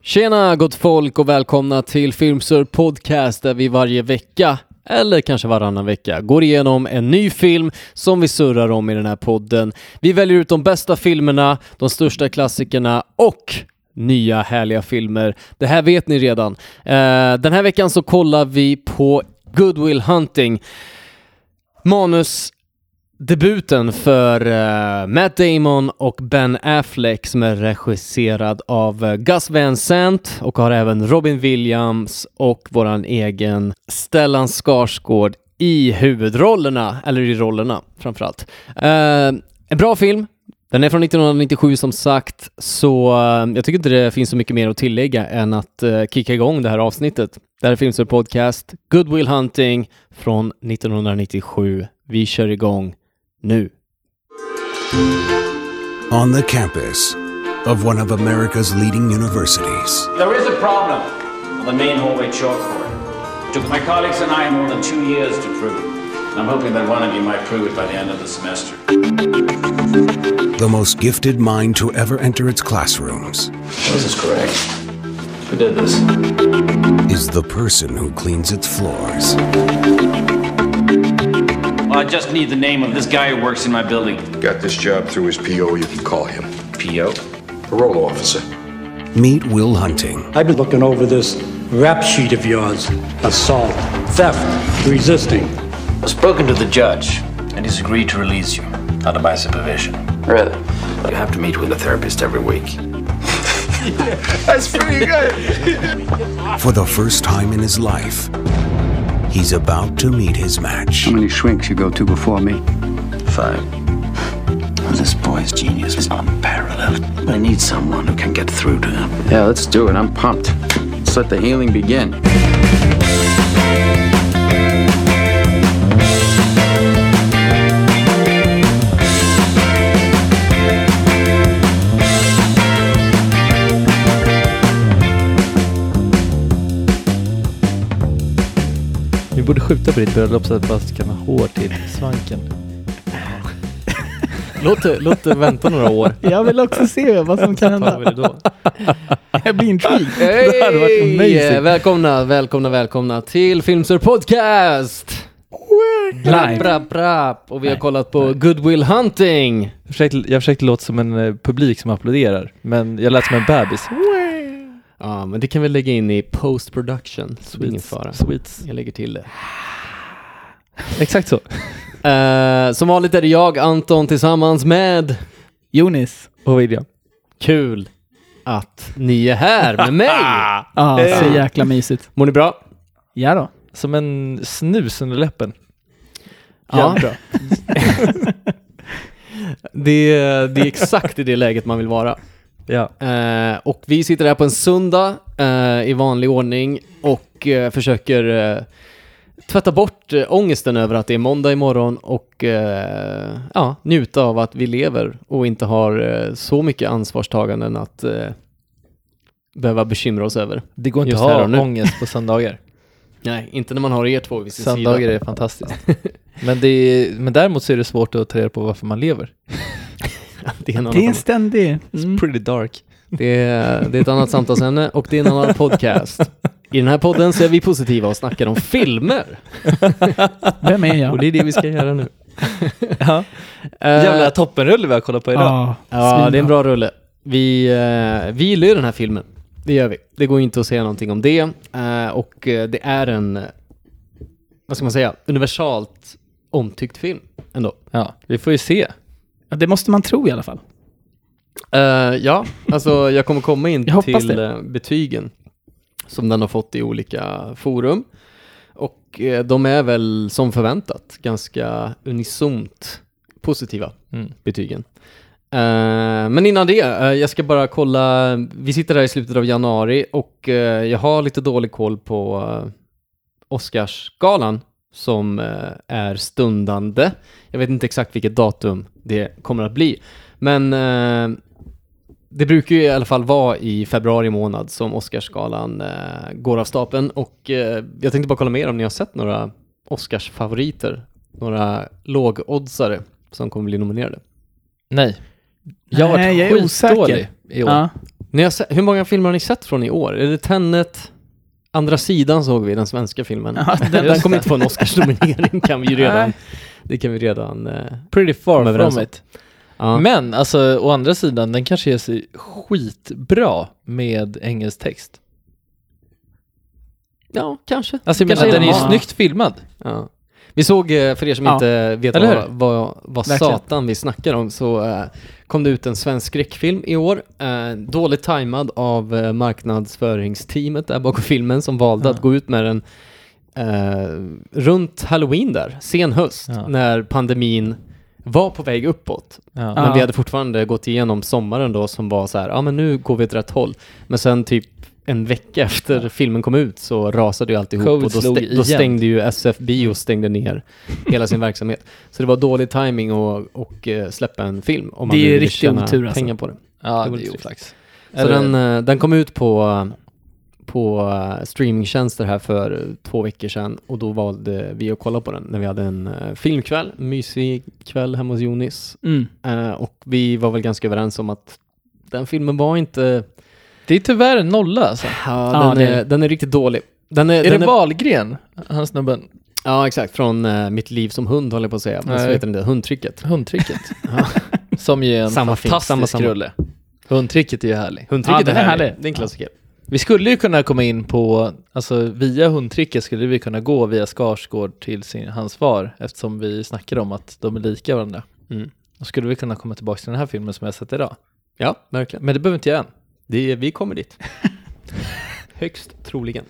Tjena gott folk och välkomna till Filmsur Podcast där vi varje vecka, eller kanske varannan vecka, går igenom en ny film som vi surrar om i den här podden. Vi väljer ut de bästa filmerna, de största klassikerna och nya härliga filmer. Det här vet ni redan. Den här veckan så kollar vi på Good Will Hunting. Manusdebuten för Matt Damon och Ben Affleck som är regisserad av Gus Van Sant och har även Robin Williams och våran egen Stellan Skarsgård i huvudrollerna, eller i rollerna framförallt. En bra film. Den är från 1997 som sagt, så jag tycker inte det finns så mycket mer att tillägga än att kicka igång det här avsnittet. Det här är Filmsur Podcast, Good Will Hunting från 1997. Vi kör igång nu. On the campus of one of America's leading universities. There is a problem on the main hallway chalkboard. It took my colleagues and I more than 2 years to prove it. I'm hoping that one of you might prove it by the end of the semester. The most gifted mind to ever enter its classrooms. This is correct. Who did this? Is the person who cleans its floors. Well, I just need the name of this guy who works in my building. Got this job through his PO, you can call him. P.O.? Parole officer. Meet Will Hunting. I've been looking over this rap sheet of yours. Assault, theft, resisting. I've spoken to the judge, and he's agreed to release you under my supervision. Really? You have to meet with a therapist every week. That's pretty good. For the first time in his life, he's about to meet his match. How many shrinks you go to before me? 5. This boy's genius is unparalleled. I need someone who can get through to him. Yeah, let's do it. I'm pumped. Let's let the healing begin. Vi borde skjuta på ditt bröllop så att det bara ska ha hår till svanken. Låt det vänta några år. Jag vill också se vad som kan hända. Jag blir intrigued. Det hade varit amazing. Välkomna till Filmsur Podcast. Live. Och vi har kollat på Good Will Hunting. Jag försökte låta som en publik som applåderar, men jag lät som en bebis. Ja, men det kan vi lägga in i post-production. Ingen fara. Sweets. Jag lägger till det. Exakt så. Som vanligt är det jag, Anton, tillsammans med Jonis Och William. Kul att ni är här med mig. så jäkla mysigt. Mår ni bra? Ja då. Som en snus under läppen. Ja, bra. Det är exakt i det läget man vill vara. Ja. Och vi sitter här på en söndag i vanlig ordning och försöker tvätta bort ångesten över att det är måndag imorgon och njuta av att vi lever och inte har så mycket ansvarstaganden att behöva bekymra oss över. Det går inte Just att här och ha nu. ångest på söndagar. Nej, inte när man har er två vid sin Söndagar sida. är fantastiskt. Men däremot så är det svårt att ta reda på varför man lever. Det är en Det är en annan ständig. Pretty dark. Det är ett annat samtalsämne och det är en annan podcast. I den här podden så är vi positiva och snackar om filmer. Vem är jag? Och det är det vi ska göra nu. Ja. Jävla toppenrulle vi har kollat på idag. Ja, det är en bra rulle. Vi gillar ju den här filmen. Det gör vi. Det går inte att säga någonting om det. Och det är en, vad ska man säga, universalt omtyckt film ändå. Ja, vi får ju se. Ja, det måste man tro i alla fall. Ja, alltså jag kommer komma in Jag hoppas till betygen som den har fått i olika forum. Och de är väl som förväntat ganska unisont positiva betygen. Men innan det, jag ska bara kolla, vi sitter här i slutet av januari och jag har lite dålig koll på Oscarsgalan som är stundande. Jag vet inte exakt vilket datum det kommer att bli. Men det brukar ju i alla fall vara i februari månad som Oscarsgalan går av stapeln. Och jag tänkte bara kolla mer om ni har sett några Oscarsfavoriter. Några lågoddsare som kommer bli nominerade. Nej. Jag har varit jag är skitdålig osäker i år. Ja. Hur många filmer har ni sett från i år? Är det Tenet? Andra sidan såg vi, den svenska filmen. Ja, den kommer inte få en Oscarsnominering kan vi ju redan. Det kan vi redan pretty far from it. Ja. Men alltså å andra sidan, den kanske är sig skitbra med engelsk text. Ja, kanske. Alltså jag menar, den är ju snyggt filmad. Ja. Vi såg, för er som inte vet vad satan vi snackar om, så kom det ut en svensk skräckfilm i år. Dåligt tajmad av marknadsföringsteamet där bakom filmen som valde att gå ut med den runt Halloween där, sen höst, när pandemin var på väg uppåt. Men vi hade fortfarande gått igenom sommaren då som var så här, men nu går vi åt rätt håll. Men sen typ en vecka efter filmen kom ut så rasade ju alltihop och då stängde ju SF Bio stängde ner hela sin verksamhet. Så det var dålig timing och släppa en film om man ville tjäna pengar på det. Ja, det var det är oflax. Så den kom ut på streamingtjänster här för 2 veckor sedan och då valde vi att kolla på den när vi hade en filmkväll, mysig kväll hemma hos Jonis. Och vi var väl ganska överens om att den filmen var inte... Det är tyvärr en nolla alltså. Ja, den är riktigt dålig. Är det Wahlgren, hans snubben? Ja, exakt. Från Mitt liv som hund håller jag på att säga. Men så heter den det, Hundtricket. Hundtricket. Som ju är en fantastisk rulle. Hundtricket är ju härlig. Hundtricket är härlig. Det är en klassiker. Vi skulle ju kunna komma in på, alltså via Hundtricket skulle vi kunna gå via Skarsgård till hans far, eftersom vi snackade om att de är lika varandra. Då skulle vi kunna komma tillbaka till den här filmen som jag sett idag. Ja, verkligen. Men det behöver inte jag än. Vi kommer dit. Högst troligen.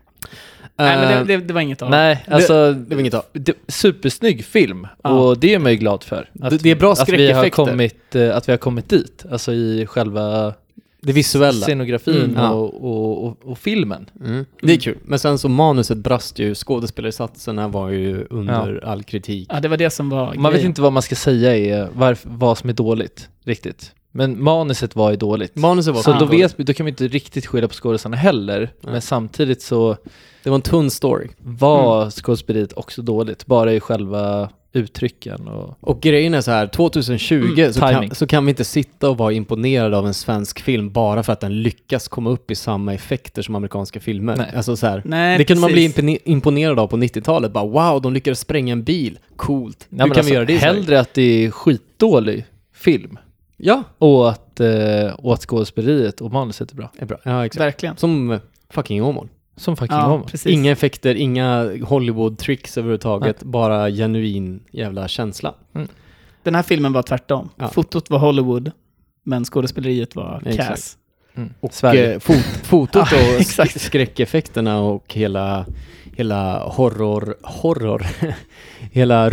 Nej, men det var inget av. Nej, alltså det var inget av. Supersnygg film och det är man ju glad för. Att, det är bra skräckeffekter. Att vi har kommit dit. Alltså i själva det visuella. Scenografin och filmen. Det är kul. Men sen så manuset brast ju. Skådespelarsatserna var ju under all kritik. Ja, det var det som var man vet inte vad man ska säga är vad som är dåligt riktigt. Men manuset var ju dåligt. Så då kan vi inte riktigt skylla på skådespelarna heller. Nej. Men samtidigt så... Det var en tunn story. Var skådespeleriet också dåligt. Bara i själva uttrycken. Och grejen är så här, 2020 så kan vi inte sitta och vara imponerade av en svensk film bara för att den lyckas komma upp i samma effekter som amerikanska filmer. Nej. Alltså så här, det kunde man bli imponerad av på 90-talet. Bara, wow, de lyckades spränga en bil. Coolt. Hur kan vi göra det? Hellre att det är skitdålig film. Ja. Och att skådespeleriet och manuset är bra. Ja, exakt. Verkligen. Som fucking Åmål. Inga effekter, inga Hollywood-tricks överhuvudtaget. Bara genuin jävla känsla. Den här filmen var tvärtom. Fotot var Hollywood, men skådespeleriet var Cass. Och fotot och skräckeffekterna och hela horror hela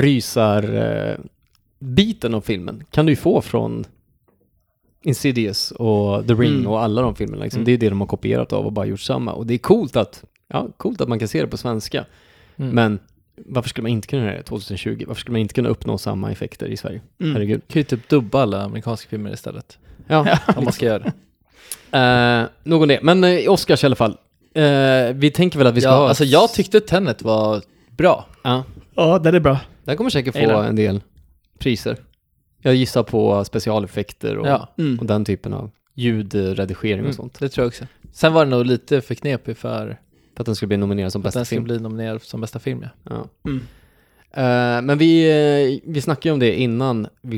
biten av filmen kan du ju få från Insidious och The Ring och alla de filmerna liksom. Det är det de har kopierat av och bara gjort samma, och det är coolt att man kan se det på svenska. Men varför skulle man inte kunna göra det 2020? Varför skulle man inte kunna uppnå samma effekter i Sverige? Herregud. Kan ju typ dubba alla amerikanska filmer istället. Ja, om man ska göra det. Någon det. Men Oscars i alla fall. Vi tänker väl att vi ska ha... Alltså jag tyckte Tenet var bra. Ja, det är bra. Den kommer säkert få en del priser. Jag gissar på specialeffekter och den typen av ljudredigering och sånt. Det tror jag också. Sen var det nog lite för knepigt för att den skulle bli nominerad som bästa film. Bli nominerad som bästa film, men vi snackade ju om det innan vi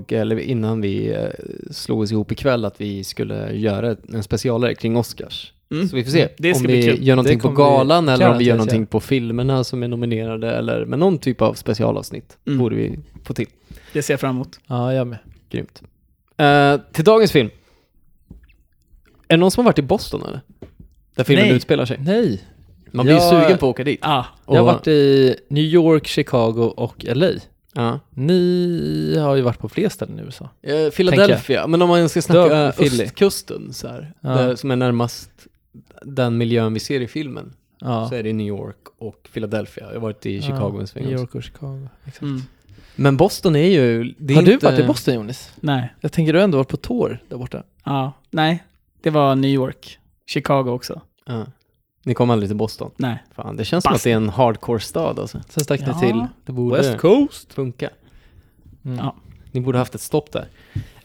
slog oss ihop ikväll att vi skulle göra en specialare kring Oscars. Så vi får se om vi gör någonting på galan eller om vi gör någonting på filmerna som är nominerade, eller med någon typ av specialavsnitt borde vi få till. Det ser jag fram emot. Ja, jag med. Grymt. Till dagens film. Är det någon som har varit i Boston eller? Där filmen utspelar sig? Nej. Man blir sugen på att åka dit. Jag har varit i New York, Chicago och LA. Ni har ju varit på fler ställen i USA. Philadelphia. Men om man ska snacka östkusten så här, där, som är närmast den miljön vi ser i filmen, så är det New York och Philadelphia. Jag har varit i Chicago en sväng. New York och Chicago, exakt. Men Boston är ju... Har du varit i Boston, Jonas? Nej. Jag tänker du ändå varit på tour där borta. Ja, nej. Det var New York. Chicago också. Ni kom aldrig till Boston? Nej. Fan, det känns som att det är en hardcore stad alltså. Sen stack ni till det borde West Coast. Funka. Ni borde haft ett stopp där.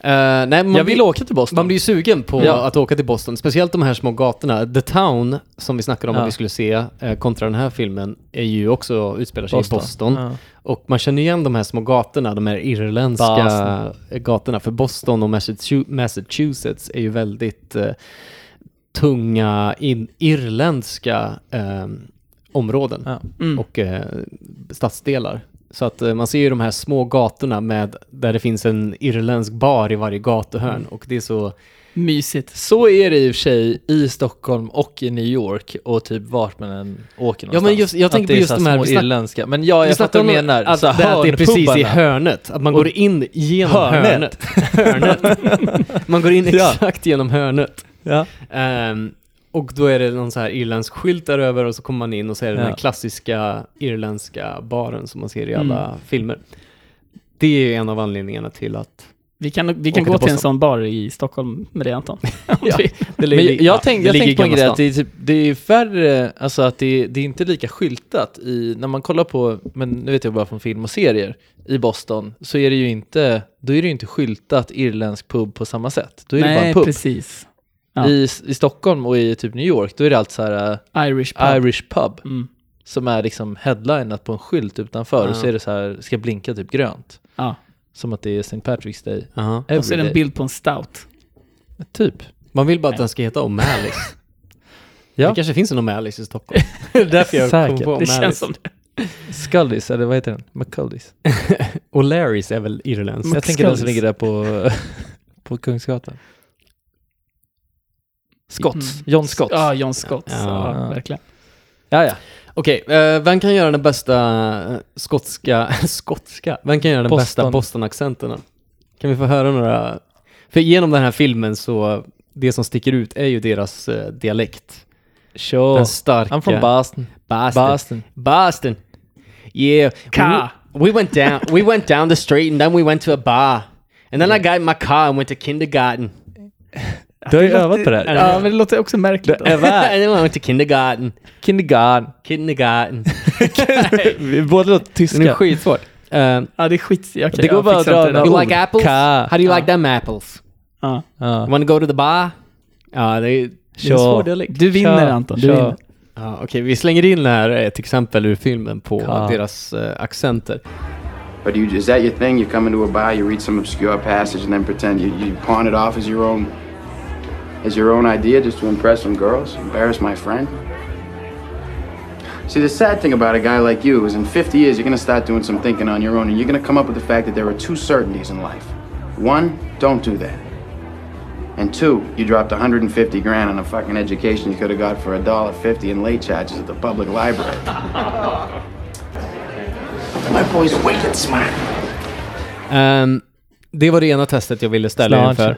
Nej, Jag vill åka till Boston. Man blir ju sugen på att åka till Boston. Speciellt de här små gatorna. The Town, som vi snackade om att vi skulle se kontra den här filmen, är ju också utspelar sig i Boston. Ja. Och man känner igen de här små gatorna, de här irländska gatorna. För Boston och Massachusetts är ju väldigt tunga irländska områden och stadsdelar. Så att man ser ju de här små gatorna där det finns en irländsk bar i varje gatuhörn och det är så mysigt. Så är det i och för sig i Stockholm och i New York och typ vart man än åker någonstans. Ja, men jag tänker på just de här små irländska. Men jag fattar vad du menar. Att det är precis i hörnet. Att man går in genom hörnet. Man går in exakt genom hörnet. Ja. Och då är det någon så här irländsk skylt där över och så kommer man in och så är det den här klassiska irländska baren som man ser i alla filmer. Det är ju en av anledningarna till att vi kan gå till en sån bar i Stockholm med det, Anton. Jag tänkte på en grej att det är färre, alltså att det är inte lika skyltat när man kollar på, men nu vet jag bara från film och serier i Boston, så är det ju inte, då är det ju inte skyltat irländsk pub på samma sätt. Då är det bara en pub. Precis. Ja. I Stockholm och i typ New York, då är det allt så här Irish pub som är liksom headlinat på en skylt utanför och så är det så här, ska blinka typ grönt. Ja. Som att det är St. Patrick's Day. Och så är det en bild på en stout. Typ. Man vill bara att den ska heta O'Malley's. Det kanske finns en O'Malley's i Stockholm. Därför jag kom på O'Malley's. Det känns som det. Scully's, eller vad heter den? McCully's. O'Larry's är väl irländsk. Jag tänker den som ligger där på Kungsgatan. Scotts. John Scotts. Ja, John Scotts. Ja, verkligen. Ja. Okej, vem kan göra den bästa skotska? Vem kan göra den bästa Boston-accenterna? Kan vi få höra några? För genom den här filmen så det som sticker ut är ju deras dialekt. Sure. Den starka. I'm from Boston. Yeah. We went down the street and then we went to a bar. And then I got in my car and went to kindergarten. Du har ju övat på det här. Ja, men det låter också märkligt. And then I went to kindergarten. Vi båda låter tyska. Det är skitsvårt. Ja, det är skit. Okay, det går bara att dra det. You like apples? How do you like them apples? You want to go to the bar? Ja, det är svår dialekt. Du vinner, Anton. Du vinner. Ja, okej, vi slänger in här ett exempel ur filmen på deras accenter. But is that your thing? You come into a bar, you read some obscure passage and then pretend you pawn it off as your own idea just to impress some girls, embarrass my friend? See, the sad thing about a guy like you is in 50 years you're going to start doing some thinking on your own and you're going to come up with the fact that there are two certainties in life. One, don't do that. And two, you dropped $150,000 on a fucking education you could have got for $1.50 in late charges at the public library. My boy's wicked smart. Det var det ena testet jag ville ställa inför.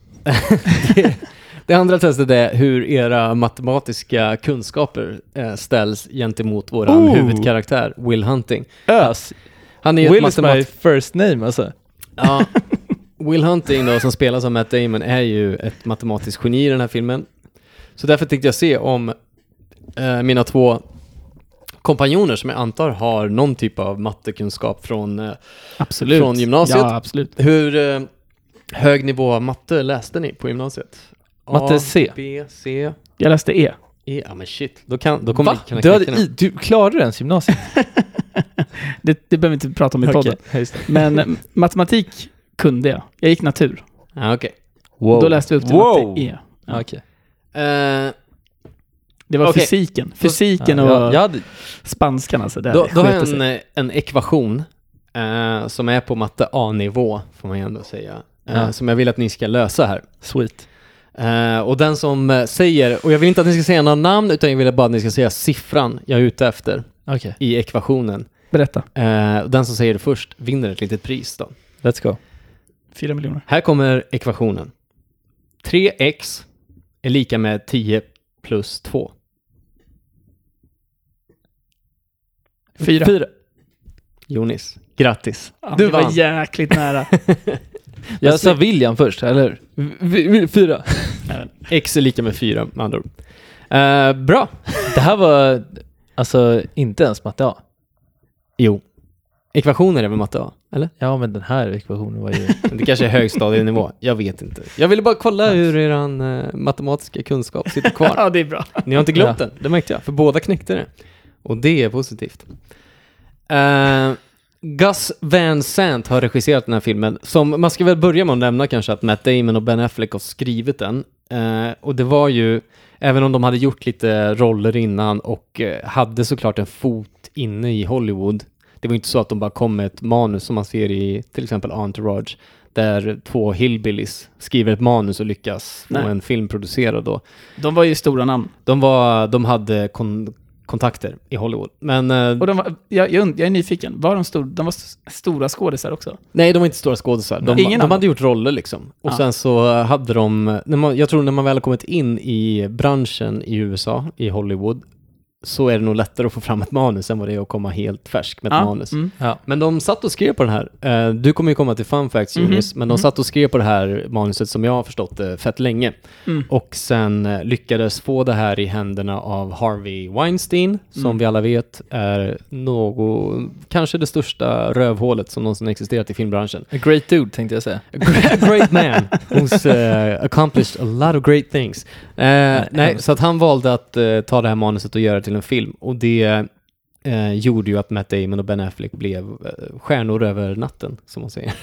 Det andra testet är hur era matematiska kunskaper ställs gentemot våran huvudkaraktär, Will Hunting. Han är Will is my first name, alltså. Ja, Will Hunting då, som spelas av Matt Damon, är ju ett matematiskt geni i den här filmen. Så därför tänkte jag se om mina två kompanjoner som jag antar har någon typ av mattekunskap från gymnasiet. Ja, absolut. Hur hög nivå av matte läste ni på gymnasiet? Matte C. B, C. Jag läste E. Ja, men shit. Då kommer vi kunna du klarade ens gymnasiet? det behöver vi inte prata om i podden. Okay. Men matematik kunde jag. Jag gick natur. Ja, okej. Wow. Då läste vi upp till matte E. Ja. Okej. Det var fysiken. Fysiken och spanskan. Alltså, då har jag en ekvation som är på matte A-nivå, får man ju ändå säga. Som jag vill att ni ska lösa här. Sweet. Och den som säger, och jag vill inte att ni ska säga några namn, utan jag vill bara att ni ska säga siffran jag är ute efter i ekvationen. Berätta. Och den som säger det först vinner ett litet pris då. Let's go. 4 miljoner. Här kommer ekvationen. 3x är lika med 10 plus 2. 4. Jonis, grattis. Ja, du var jäkligt nära. Jag sa William först, eller hur? 4. X är lika med 4, med andra ord. Bra. Det här var alltså inte ens matte A. Jo. Ekvationer är väl matte A? Eller? Ja, men den här ekvationen var ju... Det kanske är högstadienivå. Jag vet inte. Jag ville bara kolla hur eran matematiska kunskap sitter kvar. Ja, det är bra. Ni har inte glömt den, det märkte jag. För båda knäckte det. Och det är positivt. Gus Van Sant har regisserat den här filmen. Som man ska väl börja med att nämna kanske att Matt Damon och Ben Affleck har skrivit den. Och det var ju, även om de hade gjort lite roller innan och hade såklart en fot inne i Hollywood. Det var inte så att de bara kom med ett manus som man ser i till exempel Entourage, där 2 hillbillies skriver ett manus och lyckas få en film producerad då. De var ju stora namn. De hade kontakter i Hollywood. Men, och jag är nyfiken. Var de var stora skådisar också? Nej, de var inte stora skådisar. De hade gjort roller liksom. Och sen så hade de... jag tror när man väl har kommit in i branschen i USA, i Hollywood, så är det nog lättare att få fram ett manus än vad det är att komma helt färsk med ett manus. Ja. Men de satt och skrev på den här. Du kommer ju komma till Fun Facts, Jonas, men de satt och skrev på det här manuset som jag har förstått det fett länge. Och sen lyckades få det här i händerna av Harvey Weinstein, som vi alla vet är kanske det största rövhålet som någonsin existerat i filmbranschen. A great dude, tänkte jag säga. A great man who's accomplished a lot of great things. Nej, så att han valde att ta det här manuset och göra till en film. Och det gjorde ju att Matt Damon och Ben Affleck blev stjärnor över natten, som man säger.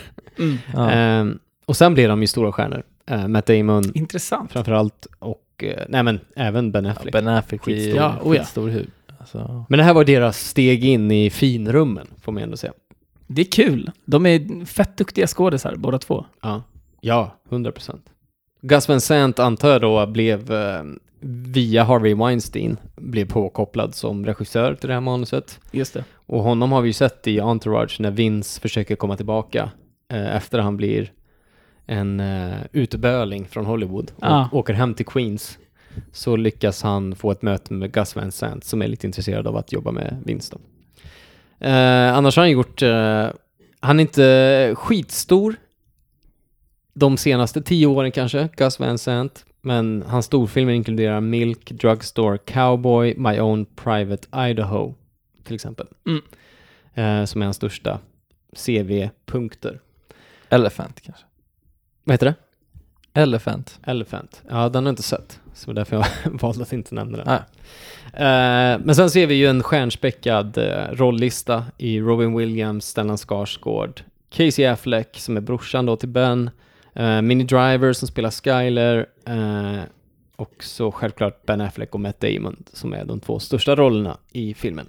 Och sen blev de ju stora stjärnor. Matt Damon intressant framförallt, och även Ben Affleck. Ben Affleck är stor hud. Alltså. Men det här var deras steg in i finrummen, får man ändå säga. Det är kul. De är fett duktiga skådisar, båda två. Ja, 100%. Gus Van Sant antar jag då blev via Harvey Weinstein blev påkopplad som regissör till det här manuset. Just det. Och honom har vi ju sett i Entourage när Vince försöker komma tillbaka efter han blir en uteböling från Hollywood och åker hem till Queens. Så lyckas han få ett möte med Gus Van Sant som är lite intresserad av att jobba med Vince då. Annars har han gjort han är inte skitstor de senaste 10 åren kanske, Gus Van Sant. Men hans storfilmer inkluderar Milk, Drugstore, Cowboy, My Own Private Idaho till exempel. Som är hans största CV-punkter. Elephant kanske. Vad heter det? Elephant. Ja, den har jag inte sett. Så därför jag valde att inte nämna den. Men sen ser vi ju en stjärnspäckad rolllista i Robin Williams, Stellan Skarsgård, Casey Affleck som är brorsan då till Ben, Minnie Driver som spelar Skyler, och så självklart Ben Affleck och Matt Damon som är de 2 största rollerna i filmen.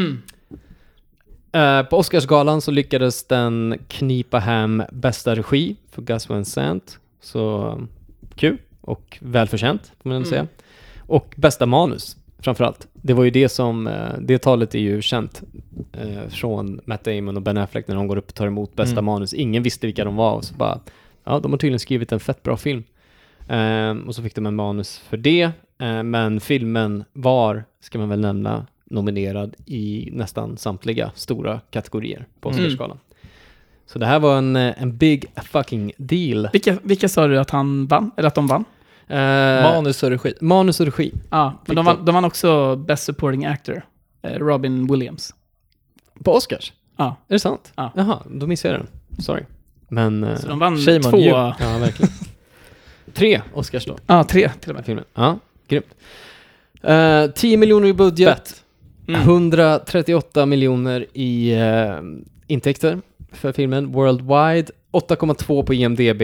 På Oscarsgalan så lyckades den knipa hem bästa regi för Gus Van Sant. Så kul och välförtjänt får man säga. Och bästa manus framförallt. Det var ju det som det talet är ju känt från Matt Damon och Ben Affleck när de går upp och tar emot bästa manus. Ingen visste vilka de var och så bara de har tydligen skrivit en fett bra film. Och så fick de en manus för det. Men filmen var, ska man väl nämna, nominerad i nästan samtliga stora kategorier på Oscarsgalan. Så det här var en big fucking deal. Vilka sa du att han vann? Eller att de vann? Manus och regi. Ja, men de vann också Best Supporting Actor. Robin Williams. På Oscars? Ja. Är det sant? Ja. Jaha, då missade jag den. Sorry. Men så de vann 2. Ja, verkligen. 3 Oscars då. Ja, 3 till och med. Filmen. Ja, grymt. 10 miljoner i budget. 138 miljoner i intäkter för filmen worldwide. 8,2 på IMDb,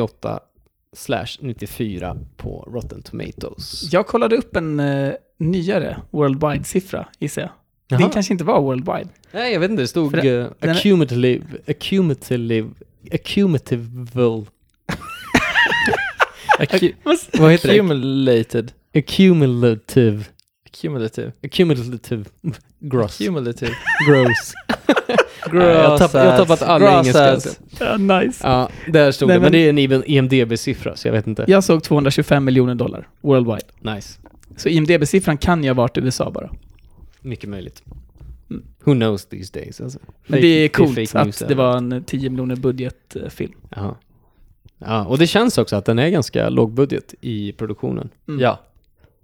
98/94 på Rotten Tomatoes. Jag kollade upp en nyare worldwide-siffra, gissar jag. Den kanske inte var worldwide. Nej, jag vet inte. Det stod accumulative. Vad heter det? Accumulative gross. Jag har tappat alla engelska. Nice. Ja, där stod det. Men det är en IMDb-siffra, så jag vet inte. Jag såg $225 miljoner worldwide. Nice. Så IMDb-siffran kan ju ha varit USA bara. Mycket möjligt. Who knows these days? Alltså. Men det är coolt att det var en 10 miljoner budgetfilm. Ja, och det känns också att den är ganska låg budget i produktionen. Ja.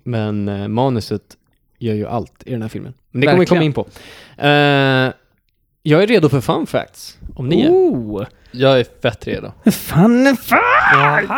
Men manuset gör ju allt i den här filmen. Men det kommer vi komma in på. Jag är redo för fun facts. Om ni är. Jag är fett redo. Fun facts!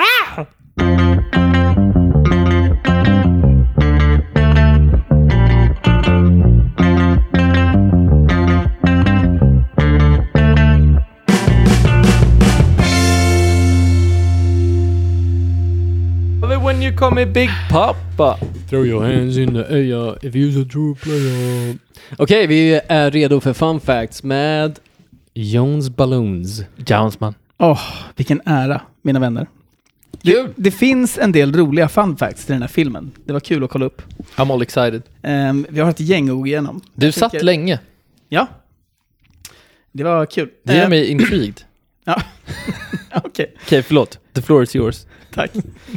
When you call me Big Papa. Throw your hands in the air if you're a true player. Okej, vi är redo för fun facts med Jones Balloons. Jonesman. Vilken ära, mina vänner. Kul! Det finns en del roliga fun facts till den här filmen. Det var kul att kolla upp. I'm all excited. Vi har ett gäng att gå igenom. Du satt länge. Ja. Det var kul. Det gör mig intrigued. Ja. Okej. Okej, förlåt. The floor is yours. Tack.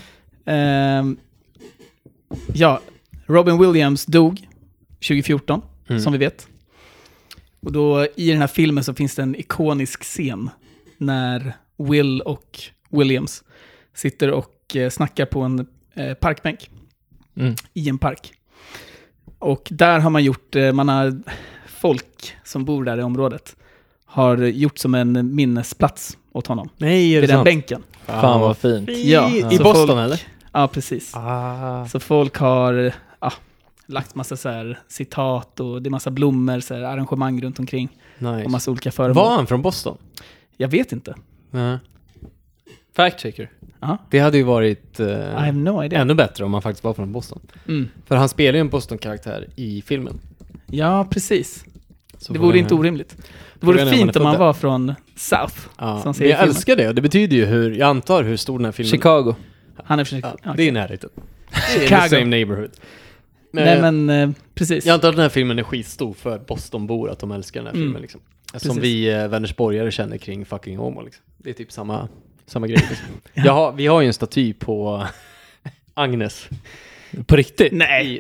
Robin Williams dog 2014, som vi vet. Och då i den här filmen så finns det en ikonisk scen när Will och Williams sitter och snackar på en parkbänk i en park. Och där har man gjort, folk som bor där i området har gjort som en minnesplats åt honom. Nej, är det vid den sant? bänken. Fan vad fint. Ja, I Boston eller? Ja, precis. Så folk har lagt massa så här citat och det är massa blommor, så här arrangemang runt omkring. Nice. Och massa olika föremål. Var han från Boston? Jag vet inte. Fact checker. Det hade ju varit I have no idea. ännu bättre om han faktiskt var från Boston. För han spelar ju en Boston-karaktär i filmen. Ja, precis. Så det vore inte orimligt. Det vore fint om han var från South. Ja, som men jag älskar det. Och det betyder ju jag antar hur stor den här filmen Chicago. Han är från Chicago. Ja, det är närheten. Chicago. The same neighborhood. Men precis. Jag antar att den här filmen är skitstor för Bostonbor, att de älskar den här filmen liksom. Som vi Vänersborgare känner kring fucking homo liksom. Det är typ samma grej liksom. Vi har ju en staty på Agnes. På riktigt? Nej.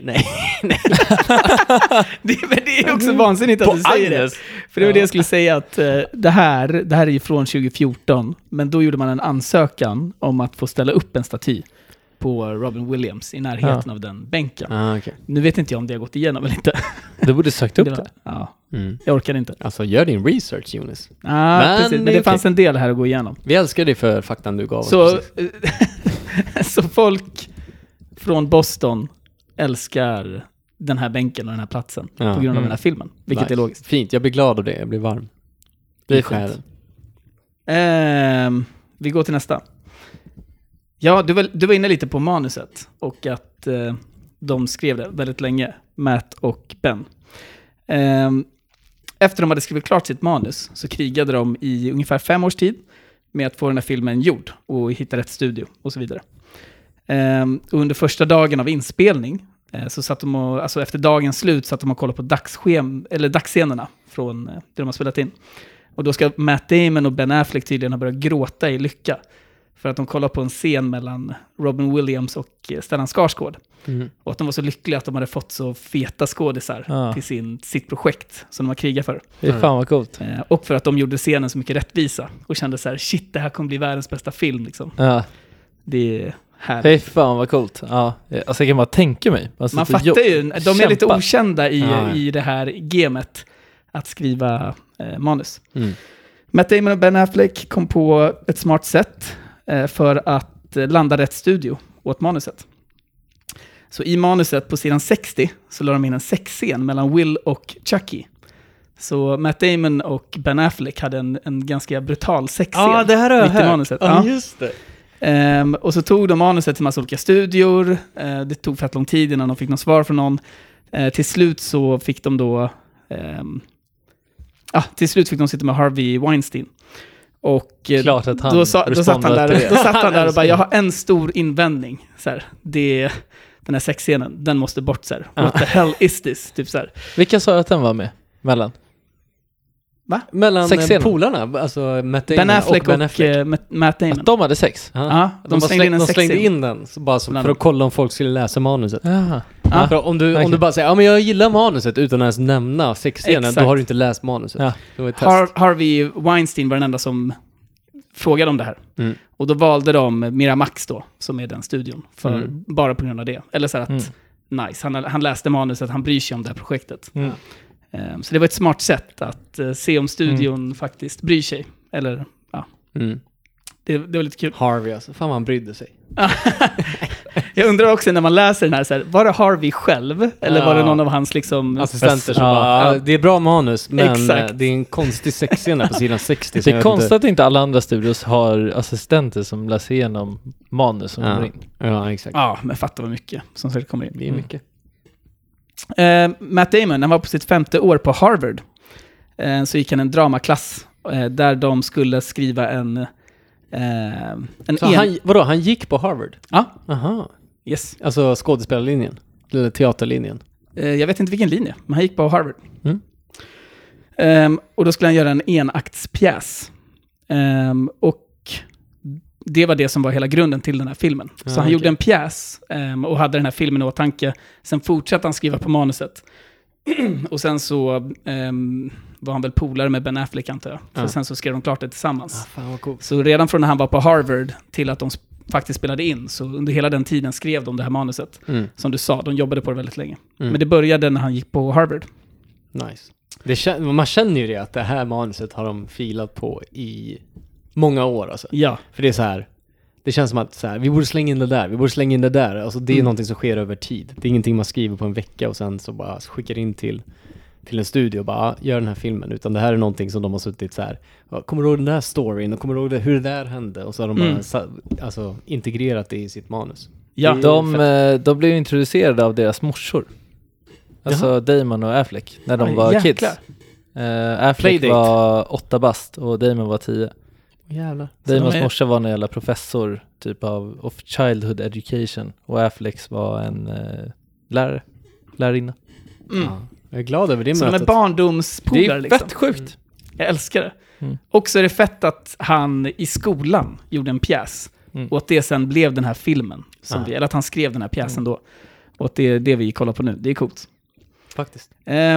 det är också vansinnigt att du säger det. För det var det jag skulle säga, att det här är ju från 2014, men då gjorde man en ansökan om att få ställa upp en staty på Robin Williams i närheten av den bänken. Okay. Nu vet inte jag om det har gått igenom eller inte. Du borde sökt upp det. Ja, jag orkar inte. Alltså, gör din research, Jonas. Men det fanns en del här att gå igenom. Vi älskar dig för faktan du gav oss. Så folk från Boston älskar den här bänken och den här platsen på grund av den här filmen, vilket är logiskt. Fint, jag blir glad av det, jag blir varm. Det är skönt. Vi går till nästa. Ja, du var inne lite på manuset och att de skrev det väldigt länge, Matt och Ben. Efter de hade skrivit klart sitt manus så krigade de i ungefär 5 års tid med att få den här filmen gjord och hitta rätt studio och så vidare. Och under första dagen av inspelning så satt de och, alltså efter dagens slut satt de och kollade på dagsscenerna från det de har spelat in. Och då ska Matt Damon och Ben Affleck tydligen ha börjat gråta i lycka för att de kollar på en scen mellan Robin Williams och Stellan Skarsgård. Och att de var så lyckliga att de hade fått så feta skådisar till sitt projekt som de har krigat för. Det är fan vad coolt. Och för att de gjorde scenen så mycket rättvisa och kände så här, shit, det här kommer bli världens bästa film liksom. Det är härligt. Det är fan vad coolt. Ja, alltså jag kan bara tänka mig. Alltså, man fattar ju, de är lite okända i det här gamet att skriva manus. Matt Damon och Ben Affleck kom på ett smart sätt för att landa rätt studio åt manuset. Så i manuset på sidan 60 så la de in en sexscen mellan Will och Chucky. Så Matt Damon och Ben Affleck hade en ganska brutal sexscen. Det här har jag hört. Manuset. Just det. Och så tog de manuset till massa olika studior. Det tog fett lång tid innan de fick något svar från någon. Till slut så fick de då sitta med Harvey Weinstein. Och klart att han då satt han där och bara, jag har en stor invändning. Så här, den här sexscenen, den måste bort så här. What the hell is this? Typ så här. Vilka sa att den var med? Va? Mellan polarna, alltså Matt Damon Ben Affleck och Ben Affleck. Och Matt Damon. Att de hade sex? Ja, de slängde in den så bara för att kolla om folk skulle läsa manuset. För om du bara säger, men jag gillar manuset utan att ens nämna sexscenen, då har du inte läst manuset. Det var ett test. Harvey Weinstein var den enda som frågade om det här. Och då valde de Miramax då, som är den studion, bara på grund av det. Eller så här att, nice, han läste manuset, han bryr sig om det här projektet. Så det var ett smart sätt att se om studion faktiskt bryr sig. Eller, ja. Det var lite kul. Harvey alltså, fan man brydde sig. Jag undrar också när man läser den här, så här, var det Harvey själv? Eller var det någon av hans liksom... assistenter som bara, det är bra manus, men det är en konstig sexscen där på sidan 60. Det är konstigt att inte alla andra studios har assistenter som läser igenom manus som kommer in. Ja, exakt. Ja, men fatta vad mycket som säkert kommer in. Det är mycket. Matt Damon, han var på sitt 5:e år på Harvard. Så gick han en dramaklass där de skulle skriva han gick på Harvard? Ja. Aha. Yes. Alltså skådespelarlinjen? Eller teaterlinjen? Jag vet inte vilken linje, men han gick på Harvard. Och då skulle han göra en enaktspjäs. Och det var det som var hela grunden till den här filmen. Så han gjorde en pjäs och hade den här filmen i åtanke. Sen fortsatte han skriva på manuset. Och sen så var han väl polare med Ben Affleck, antar jag. För sen så skrev de klart det tillsammans. Fan vad coolt. Så redan från när han var på Harvard till att de faktiskt spelade in, så under hela den tiden skrev de det här manuset. Som du sa, de jobbade på det väldigt länge. Men det började när han gick på Harvard. Nice. Man känner ju det, att det här manuset har de filat på i många år. Alltså. Ja. För det är så här, det känns som att så här, vi borde slänga in det där. Alltså det är någonting som sker över tid. Det är ingenting man skriver på en vecka och sen så bara skickar in till en studio och bara gör den här filmen. Utan det här är någonting som de har suttit så här, kommer du ihåg den här storyn och kommer du ihåg hur det där hände? Och så har de bara integrerat det i sitt manus. Ja, de blev introducerade av deras morsor. Alltså Damon och Affleck när de var kids. Affleck var 8 bast och Damon var 10. Jävlar. Damons morsa var en jävla professor typ of childhood education och Afflecks var en lärarinna. Jag är glad över det mötet. Som en barndomspolare. Det är liksom. Fett sjukt. Jag älskar det. Och så är det fett att han i skolan gjorde en pjäs och att det sen blev den här filmen. Eller att han skrev den här pjäsen då. Och att det är det vi kollar på nu. Det är coolt. Faktiskt.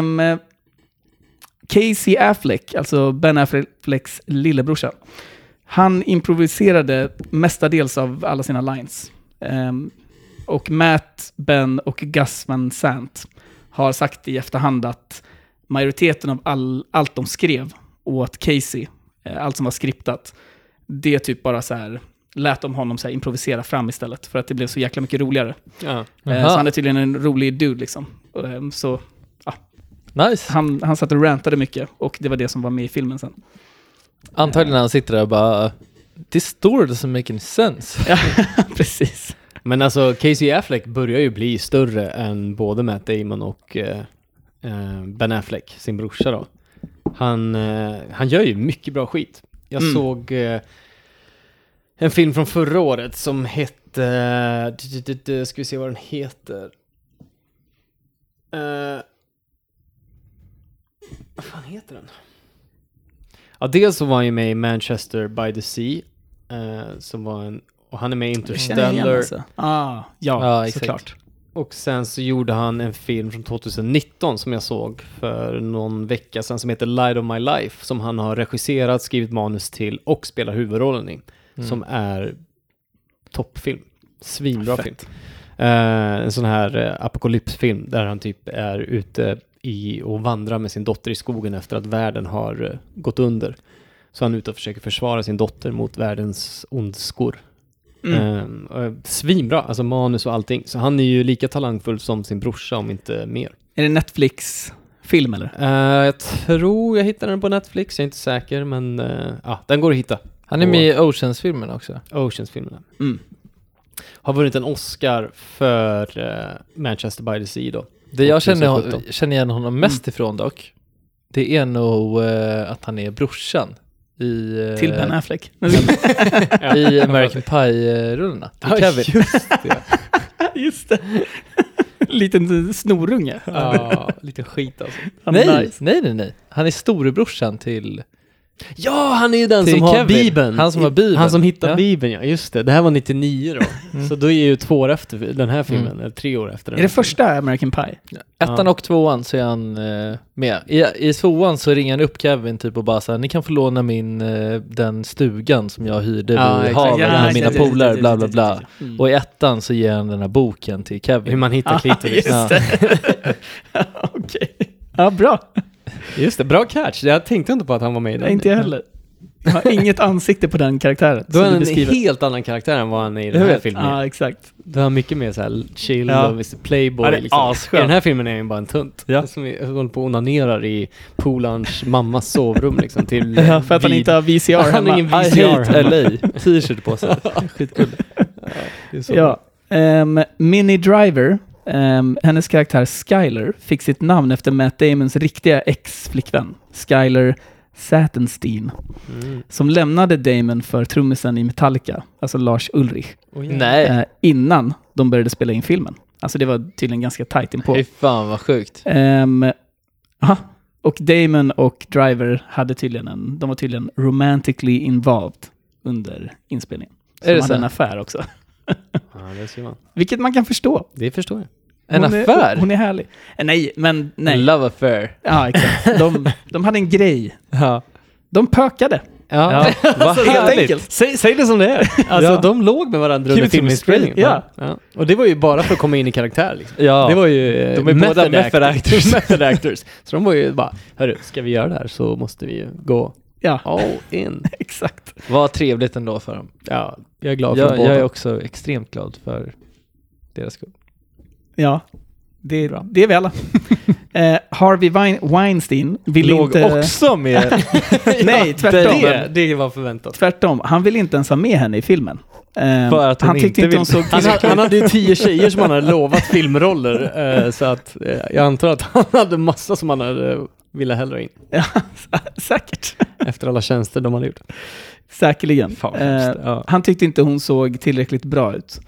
Casey Affleck, alltså Ben Afflecks lillebrorsa, han improviserade mestadels av alla sina lines. Och Matt, Ben och Gus Van Sant har sagt i efterhand att majoriteten av allt de skrev åt Casey, allt som var skriptat, det typ bara så här lät de honom så här improvisera fram istället för att det blev så jäkla mycket roligare. Så han är tydligen en rolig dude liksom. Så nice. Han satt och rantade mycket och det var det som var med i filmen sen. Antagligen när han sitter där och bara this story doesn't make any sense. Ja, precis. Men alltså Casey Affleck börjar ju bli större än både Matt Damon och Ben Affleck, sin brorsa då. Han gör ju mycket bra skit. Jag såg en film från förra året som hette ska vi se vad den heter. Vad fan heter den? Ja, dels så var han ju med i Manchester by the Sea som var och han är med i Interstellar. Ja, såklart. Och sen så gjorde han en film från 2019 som jag såg för någon vecka sedan som heter Light of My Life, som han har regisserat, skrivit manus till och spelar huvudrollen i. Som är toppfilm. Svinbra film. En sån här apokalypsfilm där han typ är ute och vandrar med sin dotter i skogen efter att världen har gått under. Så han är ute och försöker försvara sin dotter mot världens ondskor. Svinbra, alltså manus och allting. Så han är ju lika talangfull som sin brorsa, om inte mer. Är det Netflix-film eller? Jag tror jag hittade den på Netflix, jag är inte säker, men den går att hitta. Han är med i Oceans-filmen också. Oceans-filmen. Har vunnit en Oscar för Manchester by the Sea då. Det jag känner igen honom mest ifrån dock, det är nog att han är brorsan till Ben Affleck i American Pie-rullarna till Kevin. Just det. Liten snorunge. Ja, liten skit alltså. Nej. Han är storebrorsan till... Ja, han är ju den som har Bibeln. Han som har Bibeln. Han som hittar Bibeln, ja. Just det. Det här var 99 då. Så då är ju 2 år efter den här filmen, eller 3 år efter den. Är det första American Pie? Ettan och 2:an så är han med. I 2:an så ringer han upp Kevin typ och bara så här, ni kan få låna den stugan som jag hyrde vid havet med mina polare, bla bla bla. Och i 1:an så ger han den här boken till Kevin. Hur man hittar klitoris. Okej. Ja, bra. Just det, bra catch. Jag tänkte inte på att han var med i den. Nej, inte jag heller. Jag har inget ansikte på den karaktären. Då är han en helt annan karaktär än vad han är i den här filmen. Ja, exakt. Då är han mycket mer så här chill Ja. och playboy. Ja, det är liksom. asskönt. I den här filmen är han bara en tunt. Ja. Som håller på och onanerar i polarns mammas sovrum liksom, till Ja, för att han inte har VCR Han har hemma. ingen I VCR hate hemma. LA. T-shirt på sig. Skitkul. Det är så. Ja. Minnie Driver, hennes karaktär Skyler, fick sitt namn efter Matt Damons riktiga ex-flickvän, Skyler Satenstein, som lämnade Damon för trummisen i Metallica, alltså Lars Ulrich, Nej. innan de började spela in filmen. Alltså det var tydligen ganska tajt inpå. Fy fan vad sjukt. Och Damon och Driver hade de var tydligen romantically involved under inspelningen. Så Är det de hade så? en affär också. Ja, det ser man. Vilket man kan förstå. Det förstår jag. En Hon affär? Hon är härlig. Nej. Love affair. Ja, exakt. De hade en grej. Ja. De pökade. Ja, vad Helt härligt. enkelt. Säg det som det är. Alltså, Ja. de låg med varandra Keep under it to me filminspelningen. straight. Ja. Och det var ju bara för att komma in i karaktär. Liksom. Ja. Det var ju De är båda method actors. method actors. Så de var ju bara, hörru, ska vi göra det här så måste vi ju gå Ja, all in. exakt. Vad trevligt ändå för dem. Ja, jag är glad för Jag båda. är också extremt glad för deras skull. Ja, det är vi alla. Harvey Weinstein vill Låg inte... också med. Nej, tvärtom. Det var förväntat. Tvärtom. Han ville inte ens ha med henne i filmen. För att hon han tyckte inte inte hon såg Han hade ju 10 tjejer som han hade lovat filmroller. Så att jag antar att han hade massa som han hade ville hellre in. Ja, säkert. Efter alla tjänster de hade gjort. Säkerligen. Fan, hemskt. Ja. Han tyckte inte hon såg tillräckligt bra ut.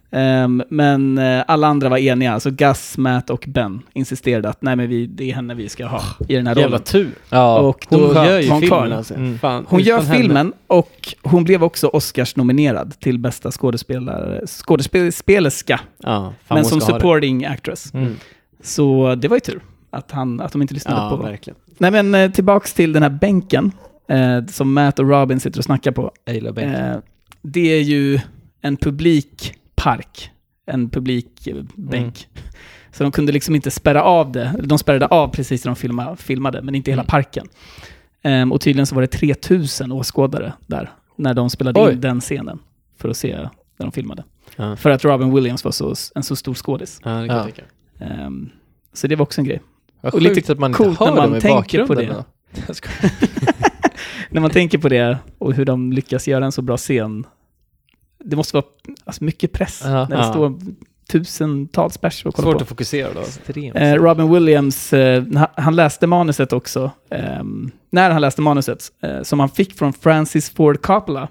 Men alla andra var eniga. Alltså Gus, Matt och Ben insisterade att nej, men det är henne vi ska ha i den här Jävla rollen. tur. Ja. Och Hon då gör ju var hon filmen kvar. alltså. Mm. Fan, Hon gör utan henne. filmen och hon blev också Oscars-nominerad till bästa skådespelerska, Ja, fan, men hon som ska ha det. supporting actress. Mm. Så det var ju tur att de inte lyssnade Ja, på. verkligen. Nej, men tillbaks till den här bänken som Matt och Robin sitter och snackar på. Jag gillar bänken. Det är ju en publikpark, en publikbänk. Så de kunde liksom inte spärra av det. De spärrade av precis när de filmade, men inte hela parken. Och tydligen så var det 3000 åskådare där när de spelade in den scenen för att se när de filmade. Ja. För att Robin Williams var en så stor skådis. Ja, det kan jag tycka. Så det var också en grej. Vad och sjukt lite att man coolt inte hör när man dem i tänker på bakgrunden. det. Då. Jag skojar. När man tänker på det och hur de lyckas göra en så bra scen. Det måste vara mycket press Ja. när det står tusentals personer och kollar Svårt på. att fokusera då. Extremt. Robin Williams, han läste manuset också. När han läste manuset, som han fick från Francis Ford Coppola.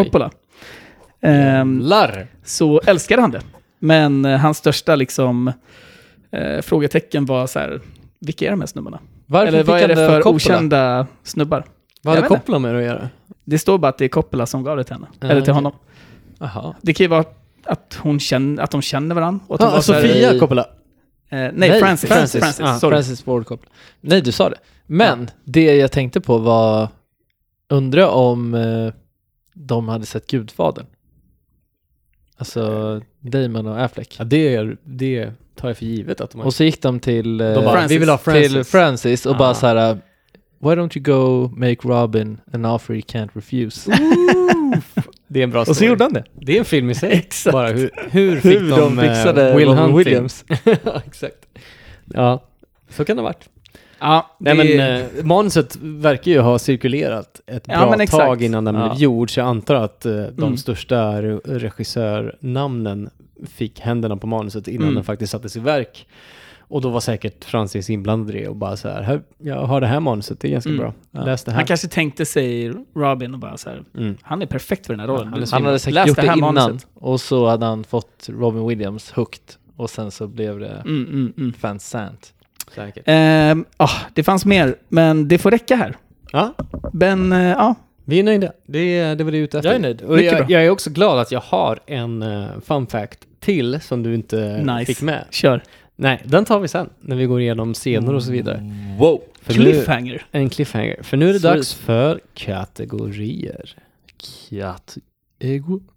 Jävlar. Så älskade han det. Men hans största frågetecken var så här, vilka är de här snubbarna? Varför Eller vad fick är det han för Coppola? okända snubbar? Vad hade Jag vet inte. Coppola med det att göra? Det står bara att det är Coppola som gav det till henne. Eller till okej. honom. Jaha. Det kan ju vara att de känner varandra. Och att de var så här, Sofia Coppola. nej, Francis. Sorry. Francis Ford Coppola. Nej, du sa det. Men det jag tänkte på var, undrar om de hade sett Gudfadern. Alltså Damon och Affleck. Ja, det tar jag för givet att de har. Och så gick de till, bara, vi vill ha Francis. till Francis och bara Ah. så här: why don't you go make Robin an offer you can't refuse? Det är en bra story. Och så gjorde han det. Det är en film i sig. Exakt. Bara hur fick Hur de fixade Will Robin Hunting? Williams. Ja, exakt. Ja, så kan det ha varit. Ja, Nej, men manuset verkar ju ha cirkulerat ett Ja, bra men exakt. tag innan den blev Ja. gjord, så jag antar att de Mm. största regissörnamnen fick händerna på manuset innan Mm. den faktiskt sattes i verk. Och då var säkert Francis inblandad i det och bara så här, jag har det här manuset, det är ganska bra. Ja. Läs det här. han kanske tänkte sig Robin och bara så här, Mm. han är perfekt för den här rollen. han är Han hade säkert Läs gjort det det här innan manuset. och så hade han fått Robin Williams hooked och sen så blev det fansant. Säkert. Det fanns mer, men det får räcka här. Ja, Men vi är nöjda. Det var det ute efter. Jag är nöjd. Och Mycket bra. jag är också glad att jag har en fun fact till som du inte nice. fick med. Kör. Nej, den tar vi sen när vi går igenom scener och så vidare. Wow! För Cliffhanger. Nu, en cliffhanger. För nu är det Så- dags för kategorier. Kategorier.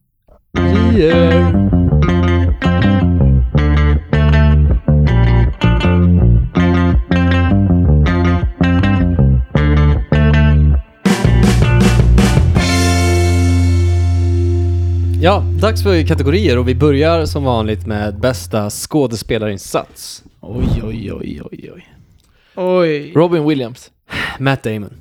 Ja, dags för kategorier och vi börjar som vanligt med bästa skådespelarinsats. Oj. Robin Williams. Matt Damon.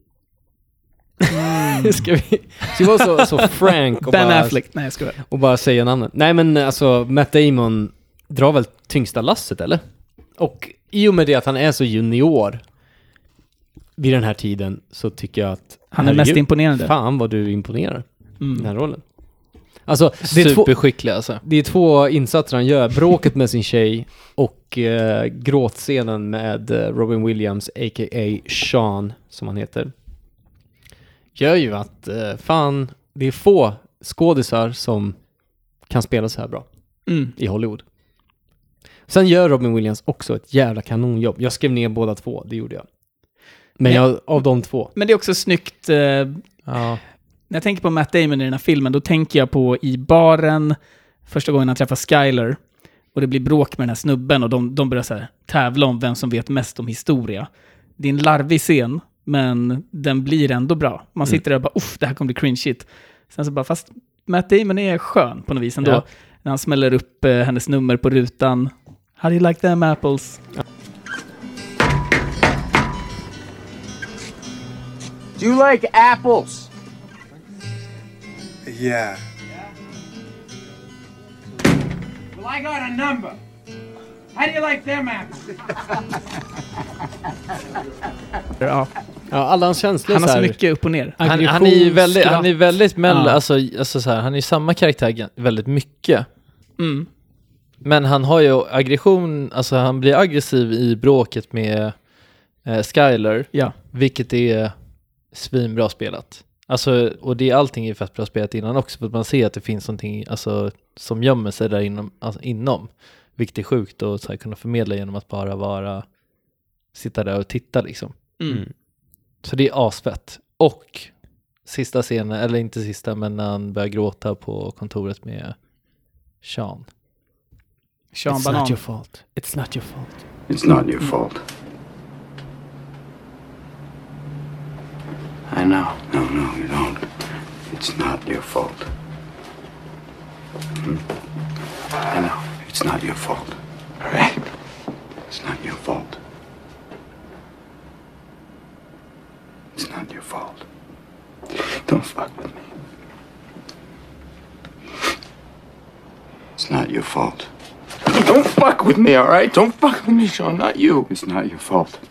Ska vi vara så frank och Ben Affleck. Nej, jag skojar. och bara säga namnet? Nej, men alltså Matt Damon drar väl tyngsta lasset, eller? Och i och med det att han är så junior vid den här tiden så tycker jag att Han är mest imponerande. Fan vad du imponerar i den här rollen. Alltså, det är Superskicklig alltså. Det är 2 insatser han gör. Bråket med sin tjej och gråtscenen med Robin Williams, a.k.a. Sean, som han heter. Gör ju att fan, det är få skådisar som kan spela så här bra i Hollywood. Sen gör Robin Williams också ett jävla kanonjobb. Jag skrev ner båda 2, det gjorde jag. Men av de 2. Men det är också snyggt. Ja. När jag tänker på Matt Damon i den här filmen, då tänker jag på i baren första gången han träffar Skyler och det blir bråk med den här snubben och de börjar så här tävla om vem som vet mest om historia. Det är en larvig scen, men den blir ändå bra. Man sitter där och bara, det här kommer bli cringe shit. Sen så bara, fast Matt Damon är skön på något vis ändå. Ja. När han smäller upp hennes nummer på rutan. How do you like them apples? Do you like apples? Yeah. Well, I got a number. How do you like them apples? Ja. Ja, alla hans känslor. Han har så mycket upp och ner. Han är ju väldigt alltså så här, han är ju samma karaktär väldigt mycket. Men han har ju aggression, alltså han blir aggressiv i bråket med Skyler. Ja. Vilket är svinbra spelat. Alltså, och det är allting är fett bra spelat innan också, för att man ser att det finns någonting alltså, som gömmer sig där inom. Vilket är sjukt att så här, kunna förmedla genom att bara sitta där och titta liksom. Så det är asfett. Och sista scenen, eller inte sista, men när han börjar gråta på kontoret med Sean. Sean It's Banan. not your fault. It's not your fault. It's not your fault. I know. No, you don't. It's not your fault. I know. It's not your fault. All right? It's not your fault. It's not your fault. Don't fuck with me. It's not your fault. Don't fuck with me, all right? Don't fuck with me, Sean. Not you. It's not your fault.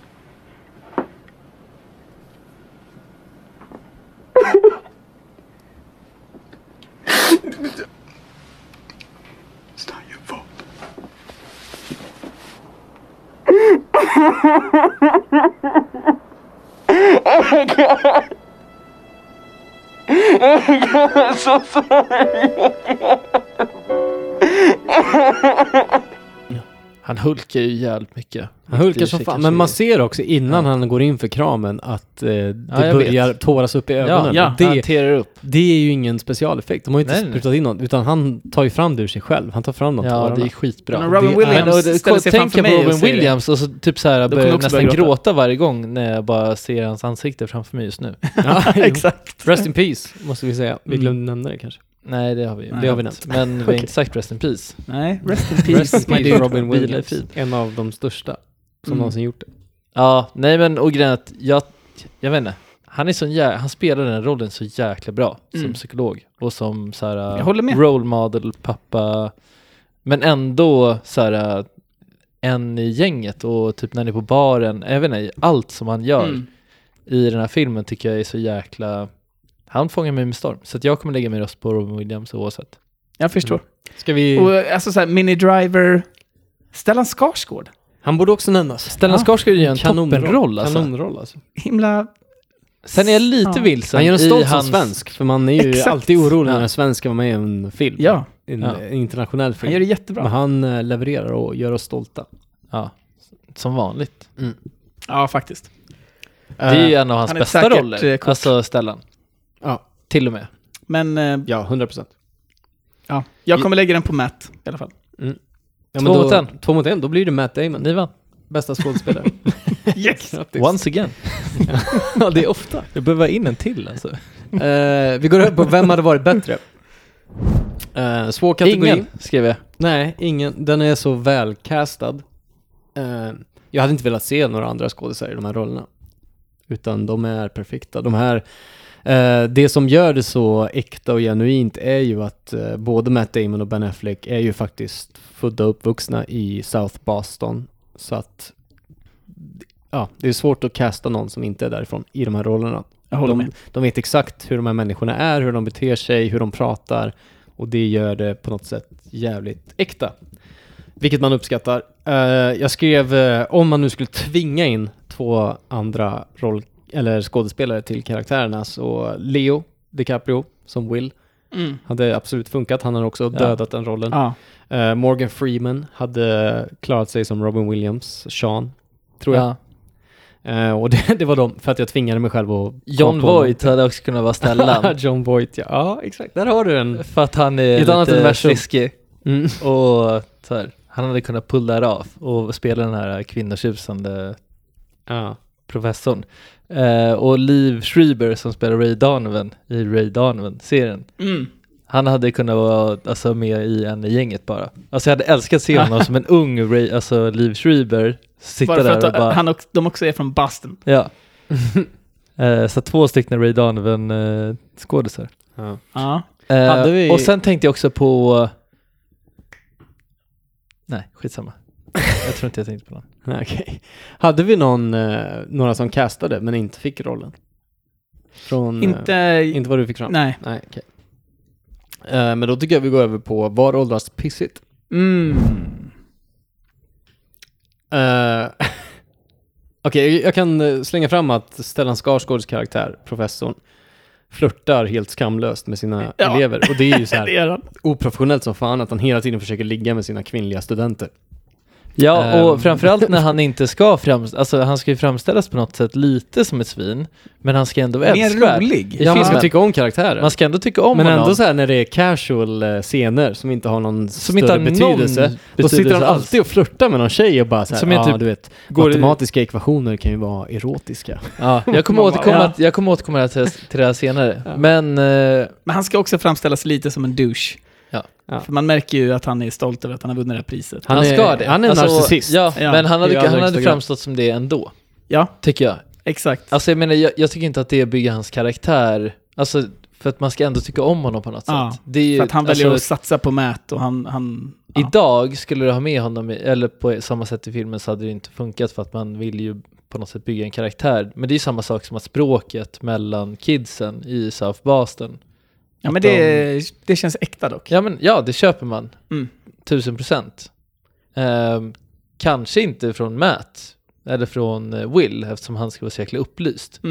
It's not your fault. Oh my God. Oh my God, I'm so sorry. Han hulkar ju jävligt mycket. Han hulkar som fan, men man ser också innan han går in för kramen att det börjar tåras upp i ögonen. Ja, han terar upp. Det är ju ingen specialeffekt. De har ju inte sprutat in något, utan han tar ju fram det ur sig själv. Han tar fram något. Ja, det är skitbra. Men Robin Williams ställer sig framför mig Robin Williams och så typ så här börjar nästan gråta varje gång när jag bara ser hans ansikte framför mig just nu. Ja, exakt. Rest in peace, måste vi säga. Vi glömde nämna det kanske. Nej, det har vi ju. Det har vi nämnt. Men vi har inte sagt rest in peace. Nej, rest in peace. Rest in peace Robin Williams. En av de största som någonsin gjort det. Ja, nej men och grejen att jag vet inte. Han är han spelar den rollen så jäkla bra som psykolog och som så här role model pappa, men ändå så här en i gänget och typ när ni är på baren, jag vet inte, allt som han gör i den här filmen tycker jag är så jäkla. Han fångar mig med storm. Så att jag kommer lägga min röst på Robin Williams oavsett. Jag förstår. Ska vi... Och alltså såhär, Minnie Driver, Stellan Skarsgård. Han borde också nämnas. Stellan Skarsgård gör en toppenroll alltså. Kanonroll alltså. Himla... Sen är jag lite vilsen. Han gör en stolt som svensk. För man är ju alltid orolig när en svensk var med i en film. Ja. En internationell film. Han gör det jättebra. Men han levererar och gör oss stolta. Ja, som vanligt. Ja, faktiskt. Det är ju en av hans bästa roller. Alltså Stellan. Ja. Till och med. Men... ja, 100%. Ja, jag kommer lägga den på Matt i alla fall. Ja, 2 mot 1, då blir det Matt Damon. Ni vann. Bästa skådespelare. Yes! Once again. Ja, det är ofta. Jag behöver in en till alltså. Vi går över på vem hade varit bättre. Svår kategori. Ingen, skrev jag. Nej, ingen. Den är så välcastad. Jag hade inte velat se några andra skådespelare i de här rollerna. Utan de är perfekta. De här, det som gör det så äkta och genuint är ju att både Matt Damon och Ben Affleck är ju faktiskt födda och uppvuxna i South Boston. Så att det är svårt att casta någon som inte är därifrån i de här rollerna. De vet exakt hur de här människorna är, hur de beter sig, hur de pratar. Och det gör det på något sätt jävligt äkta. Vilket man uppskattar. Jag skrev, om man nu skulle tvinga in 2 andra skådespelare till karaktärerna, så Leo DiCaprio som Will hade absolut funkat. Han har också dödat den rollen. Morgan Freeman hade klarat sig som Robin Williams, Sean, tror jag. Och det var de, för att jag tvingade mig själv att... John Voight hade också kunnat vara Stellan. John Voight, ja exakt. Där har du en... För att han är lite friskig. Och så här, han hade kunnat pulla av och spela den här kvinnotjusande professorn. Och Liv Schreiber som spelar Ray Donovan i Ray Donovan-serien. Han hade kunnat vara med i en gänget bara. Alltså jag hade älskat att se honom som en ung Liv Schreiber sitta bara där och bara... de också är från Boston. Ja. Så 2 stycken Ray Donovan skådisar. Och sen tänkte jag också på... Nej, skitsamma. Jag tror inte jag tänkte på någon. Okej. Hade vi några som castade men inte fick rollen? Inte vad du fick fram? Nej. Okay. Men då tycker jag vi går över på var åldras pissigt. Okej, jag kan slänga fram att Stellan Skarsgårds karaktär, professorn, flörtar helt skamlöst med sina elever. Och det är ju så här oprofessionellt som fan att han hela tiden försöker ligga med sina kvinnliga studenter. Ja, och framförallt när han inte ska han ska ju framställas på något sätt lite som ett svin, men han ska ändå älskvärd. rolig. Ja, man ska tycka om karaktären. Man ska ändå tycka om honom. Men ändå så här när det är casual scener som inte har någon som större betydelse. Då sitter han alltid och flörtar med någon tjej och bara så här, du vet, matematiska ekvationer kan ju vara erotiska. Ja, jag kommer återkomma till det här senare. Ja. Men han ska också framställas lite som en douche. Ja. För man märker ju att han är stolt över att han har vunnit det här priset. Han är en narcissist. Ja, men han hade framstått som det ändå. Ja. Tycker jag. Exakt. Alltså jag menar, jag tycker inte att det bygger hans karaktär. Alltså för att man ska ändå tycka om honom på något sätt. Det är ju, för att han väljer att satsa på Matt och han idag skulle du ha med honom eller på samma sätt i filmen så hade det inte funkat för att man vill ju på något sätt bygga en karaktär. Men det är ju samma sak som att språket mellan kidsen i South Boston. Ja, men det känns äkta dock. Ja, men det köper man. 1000%. Kanske inte från Matt eller från Will eftersom han ska vara så jäkla upplyst.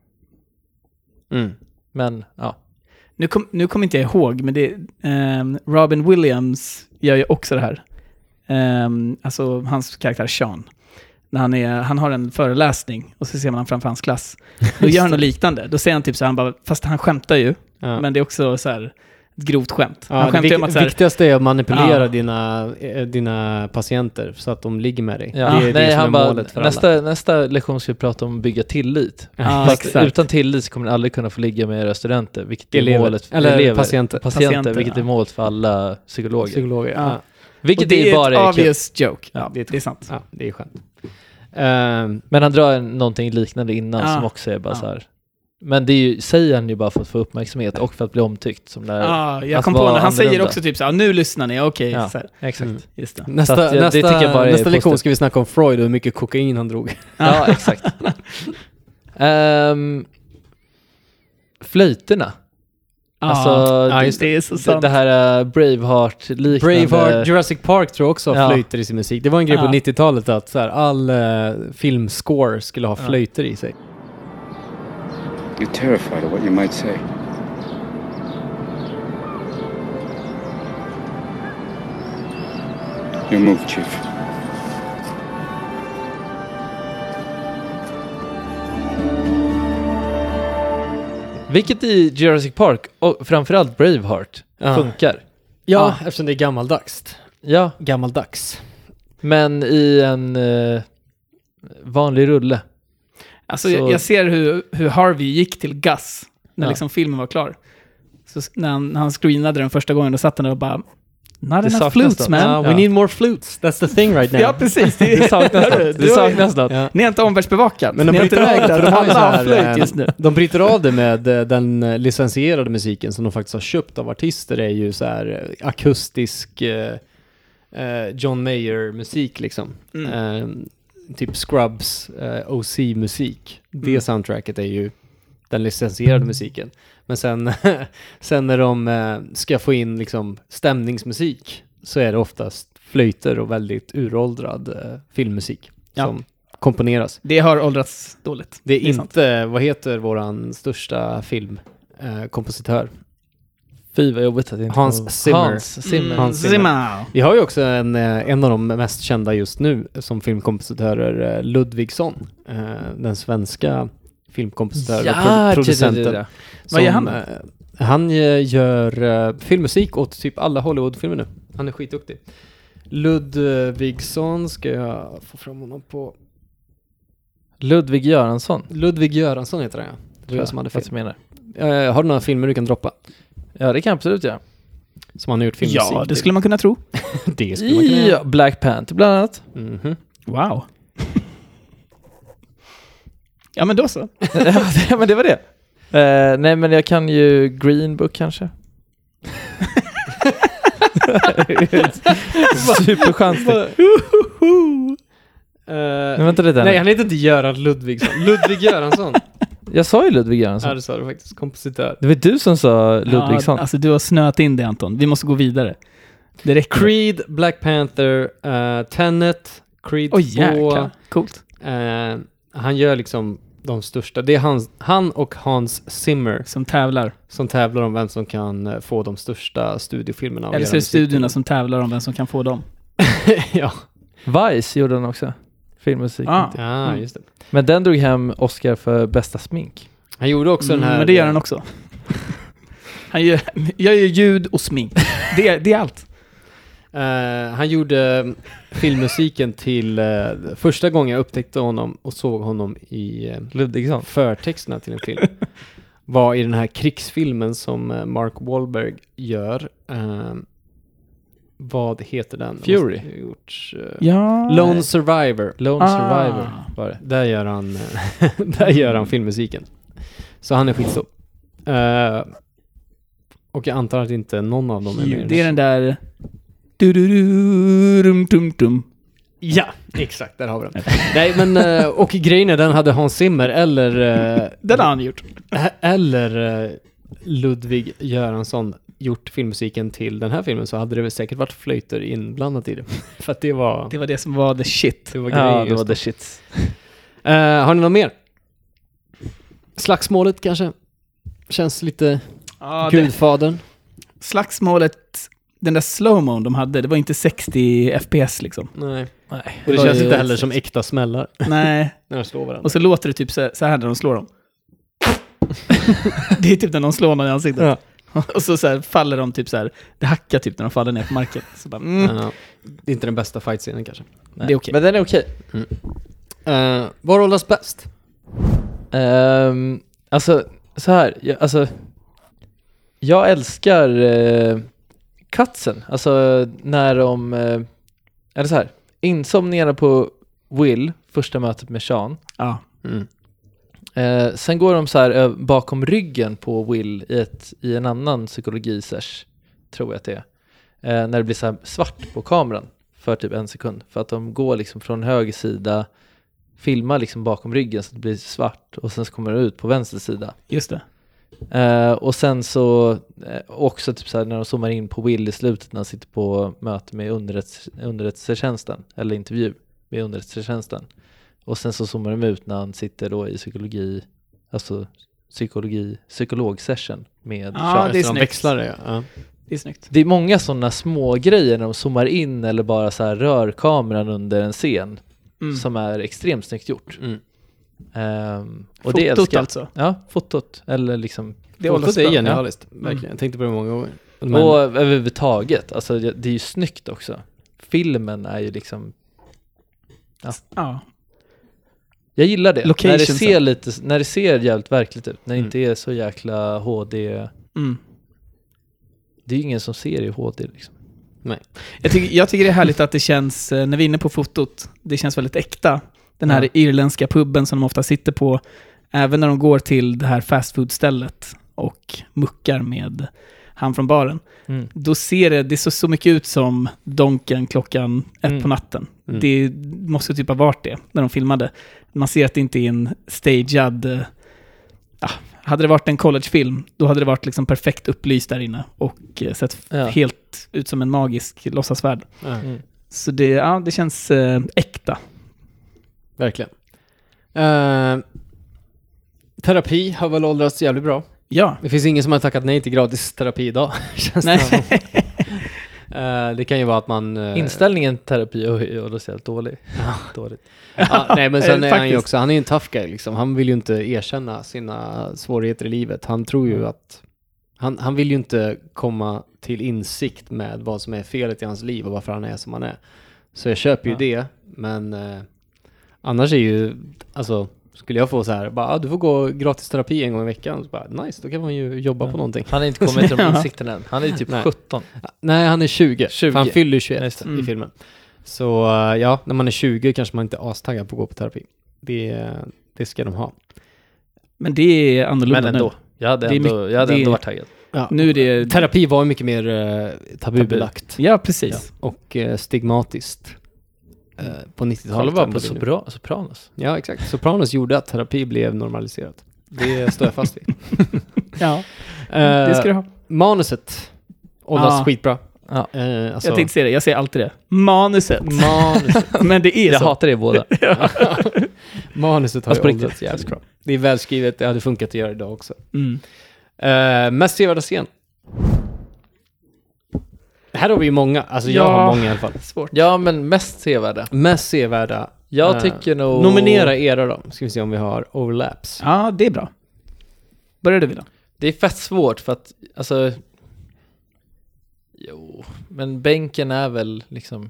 Men ja. Nu kommer inte jag ihåg, men det Robin Williams gör ju också det här. Alltså hans karaktär Sean. När han har en föreläsning och så ser man framför hans klass. Då gör han något liknande. Då säger han typ så här, fast han skämtar ju. Ja. Men det är också så här ett grovt skämt. Ja, han skämtar om att så här, viktigaste är att manipulera dina patienter så att de ligger med dig. Ja. Det är det som är målet för alla. Nästa lektion ska vi prata om att bygga tillit. Utan tillit så kommer ni aldrig kunna få ligga med era studenter, vilket är målet för elever. Patienter, vilket är målet för alla psykologer. Ja. Vilket det är bara ett obvious joke. Ja, det är sant. Ja, det är skönt. Men han drar någonting liknande innan som också är bara så här. Men det är ju, säger han ju bara för att få uppmärksamhet och för att bli omtyckt som där. Jag kom på när han säger också typ så här, nu lyssnar ni, okej. Exakt. Just det. Nästa lektion ska vi snacka om Freud och hur mycket kokain han drog. Ja, exakt. Flöjterna. Alltså, det är så sant. Det här Braveheart, Jurassic Park tror jag också har flöjter i sin musik. Det var en grej på 90-talet att så här, all filmscore skulle ha flöjter i sig. You're terrified of what you might say. You move, Chief. Vilket i Jurassic Park och framförallt Braveheart funkar. Ja, eftersom det är gammaldags. Ja, gammaldags. Men i en vanlig rulle. Alltså jag ser hur Harvey gick till Gus när liksom filmen var klar. Så när han screenade den första gången, då satt han där och bara not Det enough saknas flutes, något. man. We need more flutes. That's the thing right now. Ja, precis. Det saknas något. Det saknas något. Ja. Ni är inte omvärldsbevakat. Men de Ni har inte bryter av räknat det. att De har ju så alla har här, flöjt just nu. de bryter av det med den licensierade musiken som de faktiskt har köpt av artister. Det är ju så här akustisk John Mayer-musik liksom. Typ Scrubs OC-musik. Det soundtracket är ju den licensierade musiken. Men sen när de ska få in liksom stämningsmusik så är det oftast flöjter och väldigt uråldrad filmmusik som komponeras. Det har åldrats dåligt. Det är sant. inte, vad heter våran största filmkompositör? Fy vad jobbigt att det inte Hans Zimmer. Hans Zimmer. Hans Zimmer. Vi har ju också en av de mest kända just nu som filmkompositörer, Ludvigsson, den svenska filmkompositören och producenten. Det. Vad gör han? Han gör filmmusik åt typ alla Hollywoodfilmer nu. Han är skitduktig. Ludvigsson, ska jag få fram honom på... Ludvig Göransson. Ludvig Göransson heter han, ja. Det var jag som hade fel. Menar. Har du några filmer du kan droppa? Ja, det kan jag absolut göra. Som han har gjort filmmusik. Ja, det skulle man kunna tro. Det skulle man kunna göra. Ja, Black Panther bland annat. Mhm. Wow. Ja, men då så. Ja, men det var det. Nej, men jag kan ju Green Book kanske. Superchansning. Men vänta lite. Nej, han heter inte Göran Ludvigsson. Ludvig Göransson. Jag sa ju Ludvig Göransson. Ja, det sa du faktiskt. Kompositör. Det var du som sa Ludvigsson. Ja, alltså du har snöat in det, Anton. Vi måste gå vidare. Det räcker. Creed, Black Panther, Tenet, Creed 2. Jäklar. Coolt. Han gör liksom de största. Det är han och Hans Zimmer som tävlar om vem som kan få de största studiofilmerna. Eller så är det studierna som tävlar om vem som kan få dem. Ja. Vice gjorde han också. Filmmusik. Just det. Men den drog hem Oscar för bästa smink. Han gjorde också den här... Men det gör han också. Han gör ljud och smink. Det är allt. Han gjorde filmmusiken till första gången jag upptäckte honom och såg honom i Ludvigsson. Förtexterna till en film var i den här krigsfilmen som Mark Wahlberg gör. Vad heter den? Fury. Lone Survivor. Lone Survivor var det. Där gör han filmmusiken. Så han är skitstor. Och jag antar att inte någon av dem är med. Det är den där... Du-du-du-rum-tum-tum. Ja, exakt, där har vi den. Nej, men och grejen är, den hade Hans Zimmer eller... den har han gjort. Eller Ludvig Göransson gjort filmmusiken till den här filmen, så hade det väl säkert varit flöjter inblandat i det. För att det var det som var the shit. Det var grejen, det var the shit. Har ni något mer? Slagsmålet kanske? Känns lite Gudfadern. Slagsmålet, den där slow-mo de hade, det var inte 60 FPS liksom. Nej. Och det känns inte heller som äkta smällar. Nej. När de slår varandra. Och så låter det typ så här när de slår dem. Det är typ när de slår någon i ansiktet. Ja. Och så här faller de typ så här, det hackar typ när de faller ner på marken. Så bara, det är inte den bästa fight-scenen kanske. Nej. Det är okej. Men den är okej. Vad rollas bäst? Alltså, så här. Jag älskar cutsen. Alltså, när de... eller så här. Insomningarna på Will, första mötet med Sean. Ja. Sen går de så här bakom ryggen på Will i en annan psykologi-sesh, tror jag att det är. När det blir så här svart på kameran för typ 1 sekund. För att de går liksom från höger sida, filmar liksom bakom ryggen så att det blir svart. Och sen så kommer det ut på vänster sida. Just det. Och sen så också typ så här, när de zoomar in på Will i slutet när han sitter på möte med underrättelsetjänsten. Eller intervju med underrättelsetjänsten. Och sen så zoomar de ut när han sitter då i psykologsession med det är snyggt. Växlar det, ja. Det är snyggt. Det är många sådana små grejer när de zoomar in eller bara så här rör kameran under en scen som är extremt snyggt gjort. Och det fotot alltså? Ja, fotot. Eller liksom... Fotot är genialiskt, verkligen. Jag tänkte på det många gånger. Och överhuvudtaget, alltså det är ju snyggt också. Filmen är ju liksom... Ja. Jag gillar det. När det ser jävligt verkligt ut. När det inte är så jäkla HD det är ju ingen som ser i HD liksom. Nej. Jag tycker det är härligt att det känns, när vi är inne på fotot, det känns väldigt äkta. Den här irländska pubben som de ofta sitter på, även när de går till det här fastfood-stället och muckar med han från baren. Då ser det så mycket ut som Donken klockan 1 på natten. Det måste typ ha varit det när de filmade. Man ser att det inte är en stagead... hade det varit en collegefilm, då hade det varit liksom perfekt upplyst där inne och sett helt ut som en magisk låtsasvärld. Så det känns äkta. Verkligen. Terapi har väl åldrats jävligt bra. Ja. Det finns ingen som har tackat nej till gratis terapi idag. Nej. Det kan ju vara att man... Inställningen till terapi är helt dålig. Dåligt. Nej, men sen är han ju också... Han är ju en tough guy liksom. Han vill ju inte erkänna sina svårigheter i livet. Han tror ju att... Han vill ju inte komma till insikt med vad som är felet i hans liv och varför han är som han är. Så jag köper ju det, men... annars är ju... Alltså... Skulle jag få så här, bara, du får gå gratis terapi en gång i veckan. Så bara, nice, då kan man ju jobba på någonting. Han har inte kommit till de insikten än. Han är typ 17. Nej, han är 20. För han fyller 21 i filmen. Så när man är 20 kanske man inte är astaggad på att gå på terapi. Det ska de ha. Men det är annorlunda. Men ändå. Nu. Jag hade ändå varit taggad. Ja. Nu är det... Terapi var mycket mer tabubelagt. Ja, precis. Ja. Och stigmatiskt. På 90-talet. Kolla bara på Sopranos. Ja, exakt. Sopranos gjorde att terapi blev normaliserat. Det står jag fast vid. Ja, det ska du ha. Manuset. Åldras skitbra. Ja. Alltså, jag tänkte säga det, jag säger alltid det. Manuset. Men det är så. Jag hatar det båda. Manuset har åldrats jävligt bra. Det är välskrivet, det hade funkat att göra idag också. Mest sevärda scen. Här har vi ju många, alltså jag har många i alla fall. Svårt. Ja, men mest sevärda. Mest sevärda. Jag tycker nog... Nominera era då, ska vi se om vi har overlaps. Ja, det är bra. Börjar du vilja? Det är fett svårt för att, alltså... Jo, men bänken är väl liksom...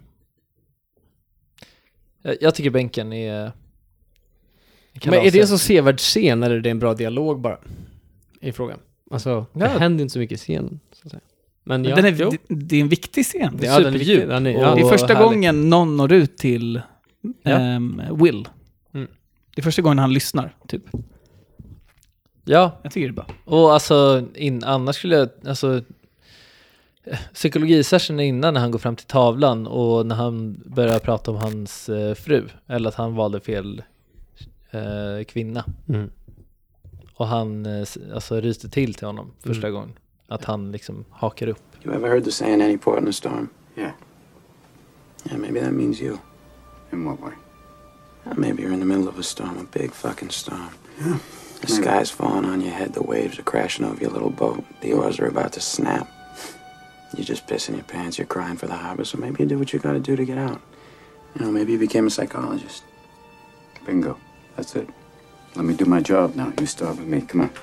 Jag tycker bänken är... Men är det en så sevärd scen eller är det en bra dialog bara? I frågan. Alltså, det händer inte så mycket i scenen, så att säga. Men det är en viktig scen. Det är superdjup. Det är första gången någon når ut till Will. Det är första gången han lyssnar, typ. Ja. Jag tycker det är bra. Och alltså, annars skulle jag... Alltså, psykologisessionen innan när han går fram till tavlan och när han börjar prata om hans fru. Eller att han valde fel kvinna. Och han alltså ryste till honom första gången. Att han liksom hakar upp. You ever heard the saying any port in a storm? Yeah. Yeah, maybe that means you. In what way? Maybe you're in the middle of a storm, a big fucking storm. Yeah. The sky's falling on your head, the waves are crashing over your little boat, the oars are about to snap. You're just pissing your pants, you're crying for the harbor, so maybe you do what you gotta do to get out. You know, maybe you became a psychologist. Bingo. That's it. Let me do my job now. You start with me. Come on.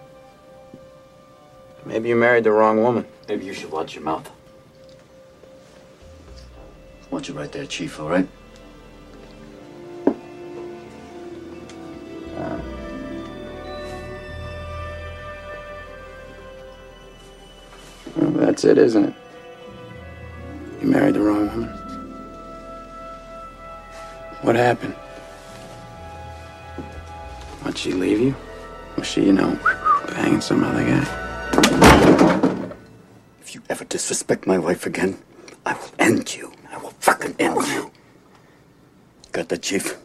Maybe you married the wrong woman. Maybe you should watch your mouth. Watch it right there, Chief, all right? Well, that's it, isn't it? You married the wrong woman. What happened? Why'd she leave you? Was she, banging some other guy? If you ever disrespect my wife again, I will end you. I will fucking end you. Got that, Chief?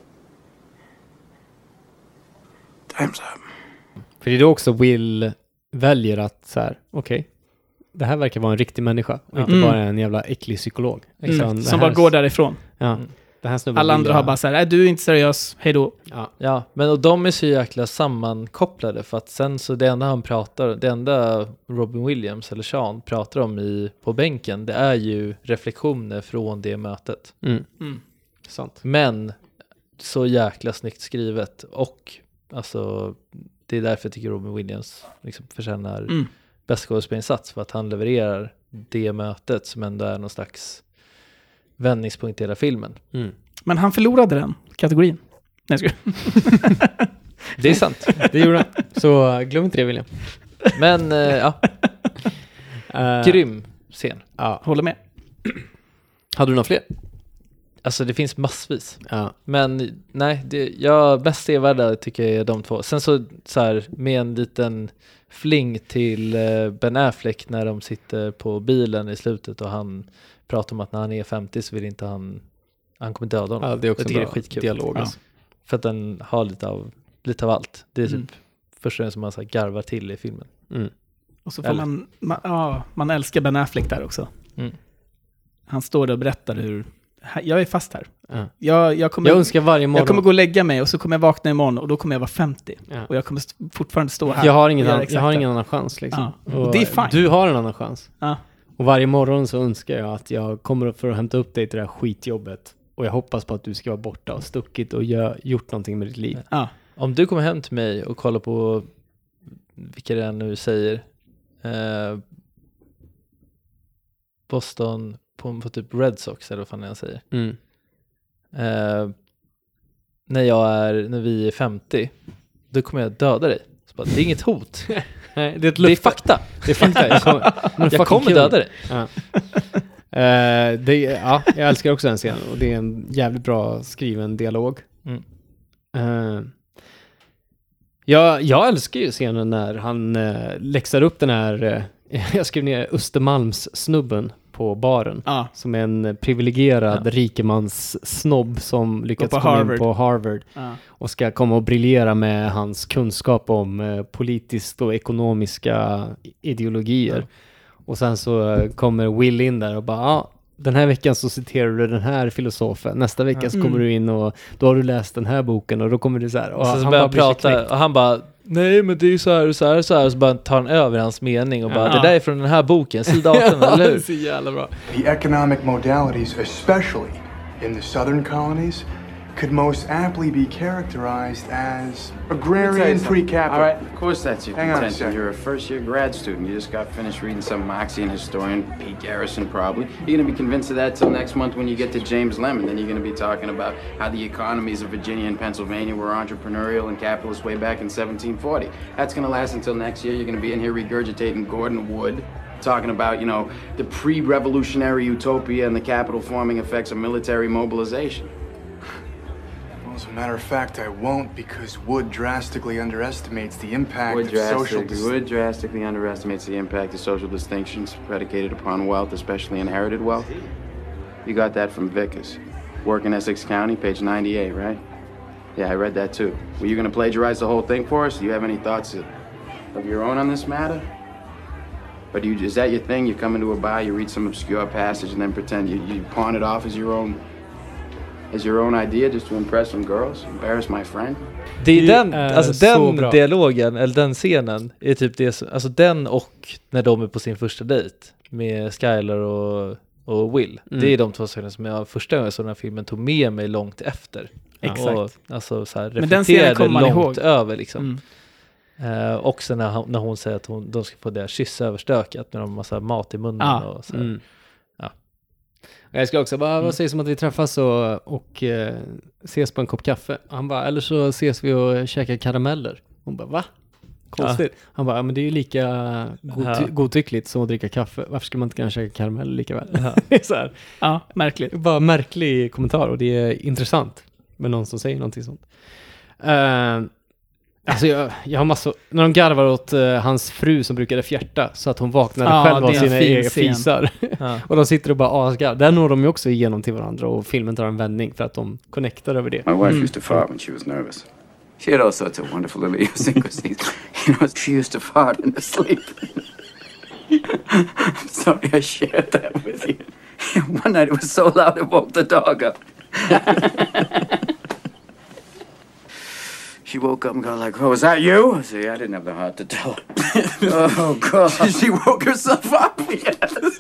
Time's up. För det är då också Will väljer att så här, okej, det här verkar vara en riktig människa och inte bara en jävla äcklig psykolog. Som bara går därifrån. Ja. Alla andra har bara så här, du är inte seriös, hej då. Ja, men och de är så jäkla sammankopplade för att sen så det enda Robin Williams eller Sean pratar om på bänken, det är ju reflektioner från det mötet. Sant. Men så jäkla snyggt skrivet och alltså det är därför jag tycker Robin Williams liksom förtjänar bästa skådespelarinsats, för att han levererar det mötet som ändå är någon slags vändningspunkt i hela filmen. Men han förlorade den kategorin. Nej, det är sant. Det gjorde han. Så glöm inte det, William. Men ja. Grym scen. Ja. Håller med. Hade du några fler? Alltså det finns massvis. Ja. Men nej, jag bäst sevärda tycker jag är de två. Sen så här, med en liten fling till Ben Affleck när de sitter på bilen i slutet och han pratar om att när han är 50 så vill inte han kommer döda honom. Ja, det är också jag tycker bra det är skitkul. dialog. Alltså. För att den har lite av allt. Det är typ första gången som man så här garvar till i filmen. Och så får man älskar Ben Affleck där också. Han står där och berättar hur jag är fast här. Jag önskar varje morgon. Jag kommer gå och lägga mig och så kommer jag vakna imorgon och då kommer jag vara 50. Och jag kommer fortfarande stå här. Jag har ingen annan chans liksom. Och det är fine. Du har en annan chans. Ja. Och varje morgon så önskar jag att jag kommer för att hämta upp dig till det här skitjobbet. Och jag hoppas på att du ska vara borta och stuckit och gjort någonting med ditt liv. Ja. Om du kommer hem till mig och kollar på vilka det är nu säger Boston på typ Red Sox eller vad fan jag säger. När vi är 50 då kommer jag döda dig. Så bara, det är inget hot. Nej, det är fakta. Det är fakta. Jag kommer döda dig. Ja. Jag älskar också den scenen och det är en jävligt bra skriven dialog. Jag älskar ju scenen när han läxar upp den här jag skrev ner Östermalms snubben på baren som är en privilegierad rikemans snobb som lyckats komma in på Harvard och ska komma och briljera med hans kunskap om politiskt och ekonomiska ideologier. Och sen så kommer Will in där och bara den här veckan så citerar du den här filosofen. Nästa vecka så kommer du in och då har du läst den här boken och då kommer du så här. Och så han börjar prata och han bara nej men det är ju så här och så här och så här och så bara tar han över hans mening och bara det där är från den här boken, sida 18 eller hur? Det är så jävla bra. The economic modalities, especially in the southern colonies, could most aptly be characterized as agrarian pre-capital. All right, of course that's your Hang on a contention. second. You're a first-year grad student. You just got finished reading some Marxian historian, Pete Garrison probably. You're going to be convinced of that till next month when you get to James Lemon. Then you're going to be talking about how the economies of Virginia and Pennsylvania were entrepreneurial and capitalist way back in 1740. That's going to last until next year. You're going to be in here regurgitating Gordon Wood, talking about, the pre-revolutionary utopia and the capital-forming effects of military mobilization. As a matter of fact, I won't, because Wood drastically underestimates the impact of social Wood drastically underestimates the impact of social distinctions predicated upon wealth, especially inherited wealth. You got that from Vickers. Work in Essex County, page 98, right? Yeah, I read that too. Were you going to plagiarize the whole thing for us? Do you have any thoughts of your own on this matter? Or is that your thing? You come into a bar, you read some obscure passage, and then pretend you pawn it off as your own idea just to impress some girls, embarrass my friend. Det är den dialogen eller den scenen är typ det, alltså den och när de är på sin första dejt med Skyler och Will. Det är de två scenerna som jag första gången såg den här filmen tog med mig långt efter. Exakt. Och, alltså så här, men den scenen kommer man långt ihåg över liksom. Också när hon säger att de ska få det här kyss överstökat med en massa mat i munnen och så här. Jag ska också bara, vad sägs om att vi träffas och ses på en kopp kaffe? Han bara, eller så ses vi och käkar karameller. Hon bara, va? Konstigt. Han bara, men det är ju lika godtyckligt som att dricka kaffe. Varför skulle man inte kunna käka karameller lika väl? Så här. Ja, märkligt. Bara märklig kommentar och det är intressant med någon som säger någonting sånt. Alltså jag har massor, när de garvar åt hans fru som brukade fjärta så att hon vaknade själv av sina egna fisar. Och de sitter och bara asgar. Där når de ju också igenom till varandra och filmen tar en vändning för att de connectar över det. My wife used to fart when she was nervous. She had all sorts of wonderful little idiosyncrasies. She used to fart in her sleep. I'm sorry I shared that with you. One night it was so loud it woke the dog up. She woke up and got like, oh, was that you? I said, yeah, I didn't have the heart to tell her. Oh, God. She woke herself up. Yes.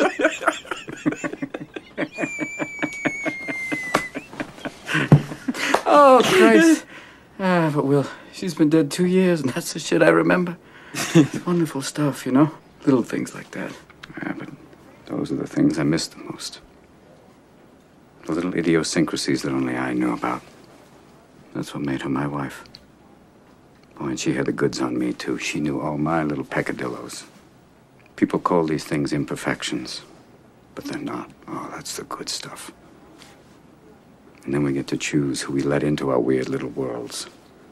Oh, Christ. But Will, she's been dead 2 years, and that's the shit I remember. It's wonderful stuff, Little things like that. Yeah, but those are the things I miss the most. The little idiosyncrasies that only I knew about. That's what made her my wife. Boy, and she had the goods on me, too. She knew all my little peccadillos. People call these things imperfections, but they're not. Oh, that's the good stuff. And then we get to choose who we let into our weird little worlds.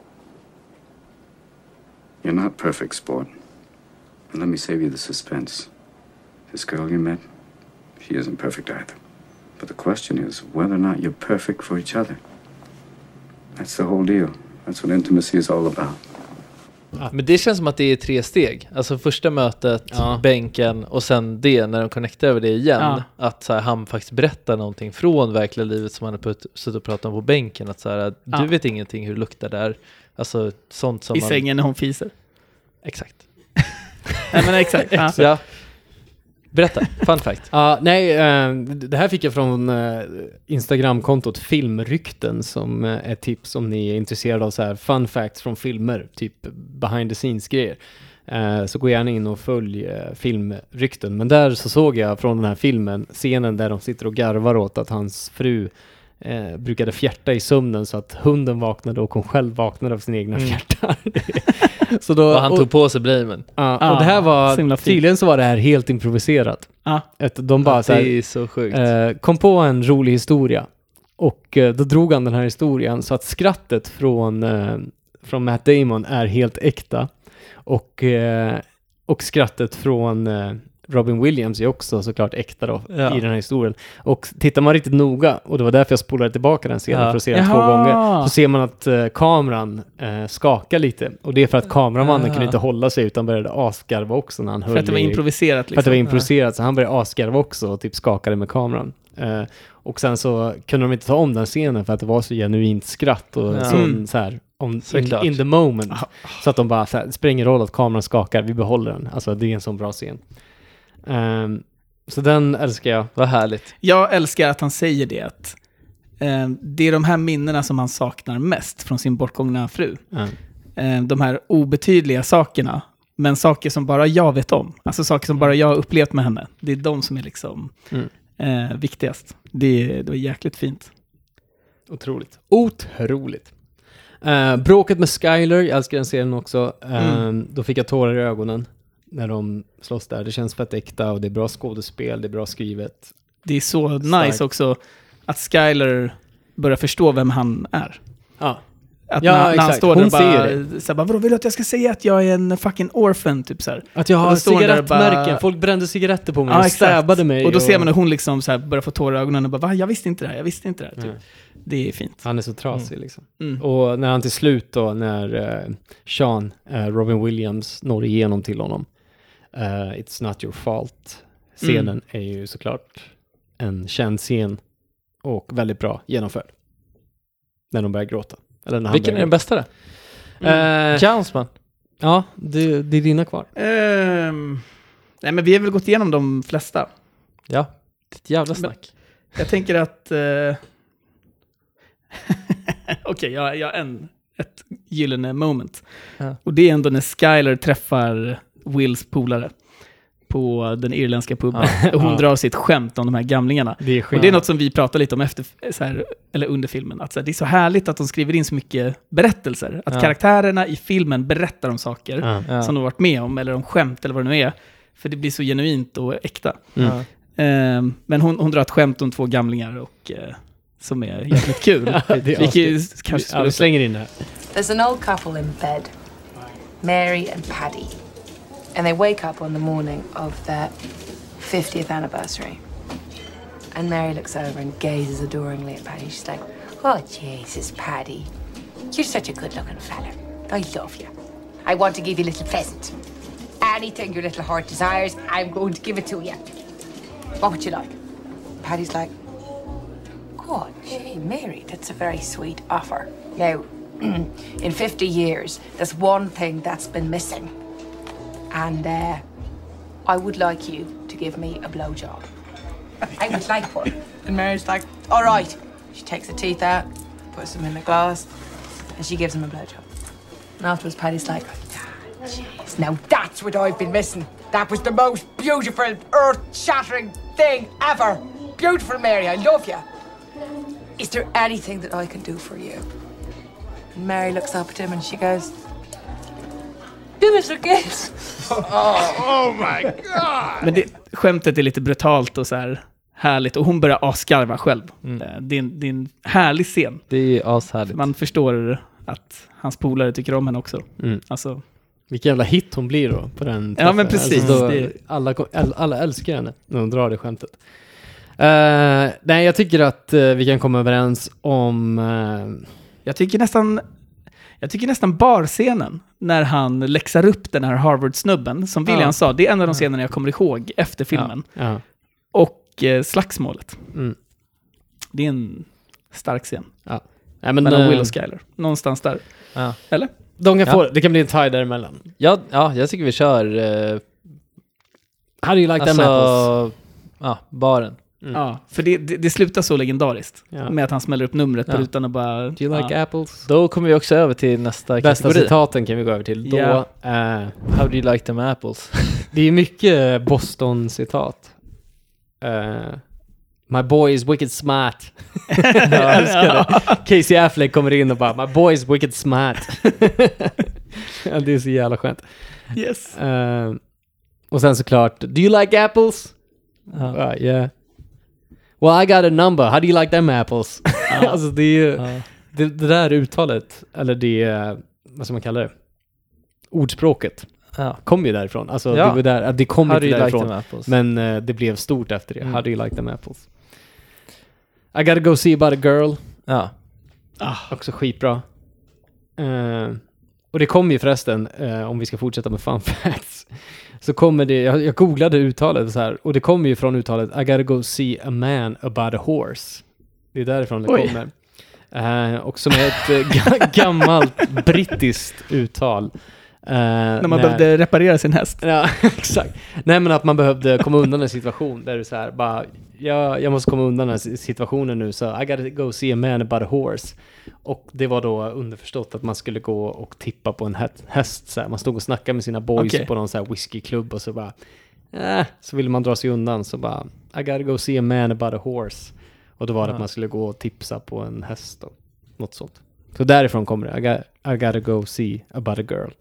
You're not perfect, sport. And let me save you the suspense. This girl you met, she isn't perfect either. But the question is whether or not you're perfect for each other. That's the whole deal. That's what intimacy is all about. Men det känns som att det är 3 steg. Alltså första mötet, bänken och sen det när de connectar över det igen. Ja. Att så här, han faktiskt berättar någonting från verkliga livet som han har suttit och pratat om på bänken. Att så här, du vet ingenting hur det luktar där. Alltså sånt som I sängen när hon fiser. Exakt. Nej men exakt. Ja. Ja. Berätta, fun fact. Det här fick jag från Instagramkontot Filmrykten som är tips om ni är intresserade av så här fun facts från filmer, typ behind the scenes grejer. Så gå gärna in och följ Filmrykten. Men där så såg jag från den här filmen scenen där de sitter och garvar åt att hans fru brukade fjärta i sömnen så att hunden vaknade och hon själv vaknade av sin egna fjärtar. Så då, och han tog på sig blamen. Och det här var, tydligen så var det här helt improviserat. De bara så här, det är så sjukt. Kom på en rolig historia. Och då drog han den här historien så att skrattet från Matt Damon är helt äkta. Och skrattet från Robin Williams är också såklart äkta då, i den här historien. Och tittar man riktigt noga, och det var därför jag spolade tillbaka den scenen för att se den 2 gånger, så ser man att kameran skakar lite. Och det är för att kameramannen kunde inte hålla sig utan började asgarva också när han höll. För att det var improviserat liksom. För att det var improviserat, så han började asgarva också och typ skakade med kameran. Och sen så kunde de inte ta om den scenen för att det var så genuint skratt och så här in the moment. Så att de bara så här, spelar roll att kameran skakar, vi behåller den. Alltså det är en sån bra scen. Så den älskar jag. Vad härligt. Jag älskar att han säger det, att det är de här minnena som han saknar mest från sin bortgångna fru. De här obetydliga sakerna, men saker som bara jag vet om. Alltså saker som bara jag har upplevt med henne. Det är de som är liksom viktigast. Det är jäkligt fint. Otroligt. Bråket med Skyler, jag älskar den serien också. Då fick jag tårar i ögonen när de slåss där. Det känns fett äkta och det är bra skådespel, det är bra skrivet. Det är så nice också att Skyler börjar förstå vem han är. Att när han står där och bara, så här, vadå, vill du att jag ska säga att jag är en fucking orphan typ så här. Att jag har cigarettmärken, folk brände cigaretter på mig och stäbbade mig. Och då ser man när hon liksom så här börjar få tårar i ögonen och bara, va? Jag visste inte det här typ. Det är fint. Han är så trasig liksom. Och när han till slut då, när Sean, Robin Williams når igenom till honom, It's not your fault. Scenen är ju såklart en känd scen och väldigt bra genomförd. När de börjar gråta. Eller när vilken är den bästa då? Jansman. Ja, det är dina kvar. Nej, men vi har väl gått igenom de flesta. Ja, det är ett jävla snack. Jag tänker att okej, jag har ett gyllene moment. Och det är ändå när Skyler träffar Wills polare på den irländska puben. Och hon drar sitt skämt om de här gamlingarna. Och det är något som vi pratar lite om efter, så här, eller under filmen. Att, så här, det är så härligt att de skriver in så mycket berättelser. Att karaktärerna i filmen berättar om saker som de har varit med om. Eller om skämt eller vad det nu är. För det blir så genuint och äkta. Men hon drar ett skämt om 2 gamlingar och som är jävligt kul. Vi slänger in det här. There's an old couple in bed, Mary and Paddy, and they wake up on the morning of their 50th anniversary. And Mary looks over and gazes adoringly at Paddy. She's like, "Oh Jesus, Paddy, you're such a good-looking fella. I love you. I want to give you a little present. Anything your little heart desires, I'm going to give it to you. What would you like?" Paddy's like, "God, gee, Mary, that's a very sweet offer. Now, in 50 years, there's one thing that's been missing. And I would like you to give me a blowjob. I would like one." And Mary's like, "All right." She takes the teeth out, puts them in a glass, and she gives him a blowjob. And afterwards, Paddy's like, "Jeez, now that's what I've been missing. That was the most beautiful, earth-shattering thing ever. Beautiful, Mary, I love you. Is there anything that I can do for you?" And Mary looks up at him and she goes, "Do give us a kiss. Oh my god! Men skämtet är lite brutalt och så här härligt. Och hon börjar asgarva själv. Det är en härlig scen. Det är ashärligt. Man förstår att hans polare tycker om henne också. Alltså, vilken jävla hit hon blir då på den träffen. Ja, men precis. Alltså alla älskar henne när hon drar det skämtet. Nej, jag tycker att vi kan komma överens om... Jag tycker nästan barscenen när han läxar upp den här Harvard-snubben. Som William sa, det är en av de scenerna jag kommer ihåg efter filmen. Och slagsmålet. Det är en stark scen. Mellan Will och Skyler. Någonstans där. Eller? De kan få, det kan bli en tie däremellan. Ja, jag tycker vi kör... How do you like them apples? Ja, baren. Ja, för det slutar så legendariskt. Med att han smäller upp numret på rutan och bara... Do you like apples? Då kommer vi också över till nästa bästa kategori. citaten kan vi gå över till. Då, how do you like them apples? Det är mycket Boston-citat. My boy is wicked smart. Jag älskar det. Casey Affleck kommer in och bara, my boy is wicked smart. Det är så jävla skönt. Yes. Och sen såklart, do you like apples? Yeah. Well, I got a number. How do you like them apples? Alltså det är ju det där uttalet, eller det, vad ska man kalla det? Ordspråket. Kom ju därifrån. Alltså det var där, det kom inte därifrån. Like men det blev stort efter det. How do you like them apples? I gotta go see about a girl. Också skitbra. Och det kommer ju förresten, om vi ska fortsätta med fun facts, så kommer det, jag googlade uttalet så här, och det kommer ju från uttalet I gotta go see a man about a horse. Det är därifrån det kommer. Och som är ett gammalt brittiskt uttal. När man behövde reparera sin häst. Ja, exakt. Nej, men att man behövde komma undan en situation där det är så här, bara, jag måste komma undan den här situationen nu, så I gotta go see a man about a horse. Och det var då underförstått att man skulle gå och tippa på en häst. Så här. Man stod och snackade med sina boys på någon så här whiskyklubb och så bara, så ville man dra sig undan, så bara, I gotta go see a man about a horse. Och då var det att man skulle gå och tipsa på en häst och något sånt. Så därifrån kommer det, I gotta go see about a girl.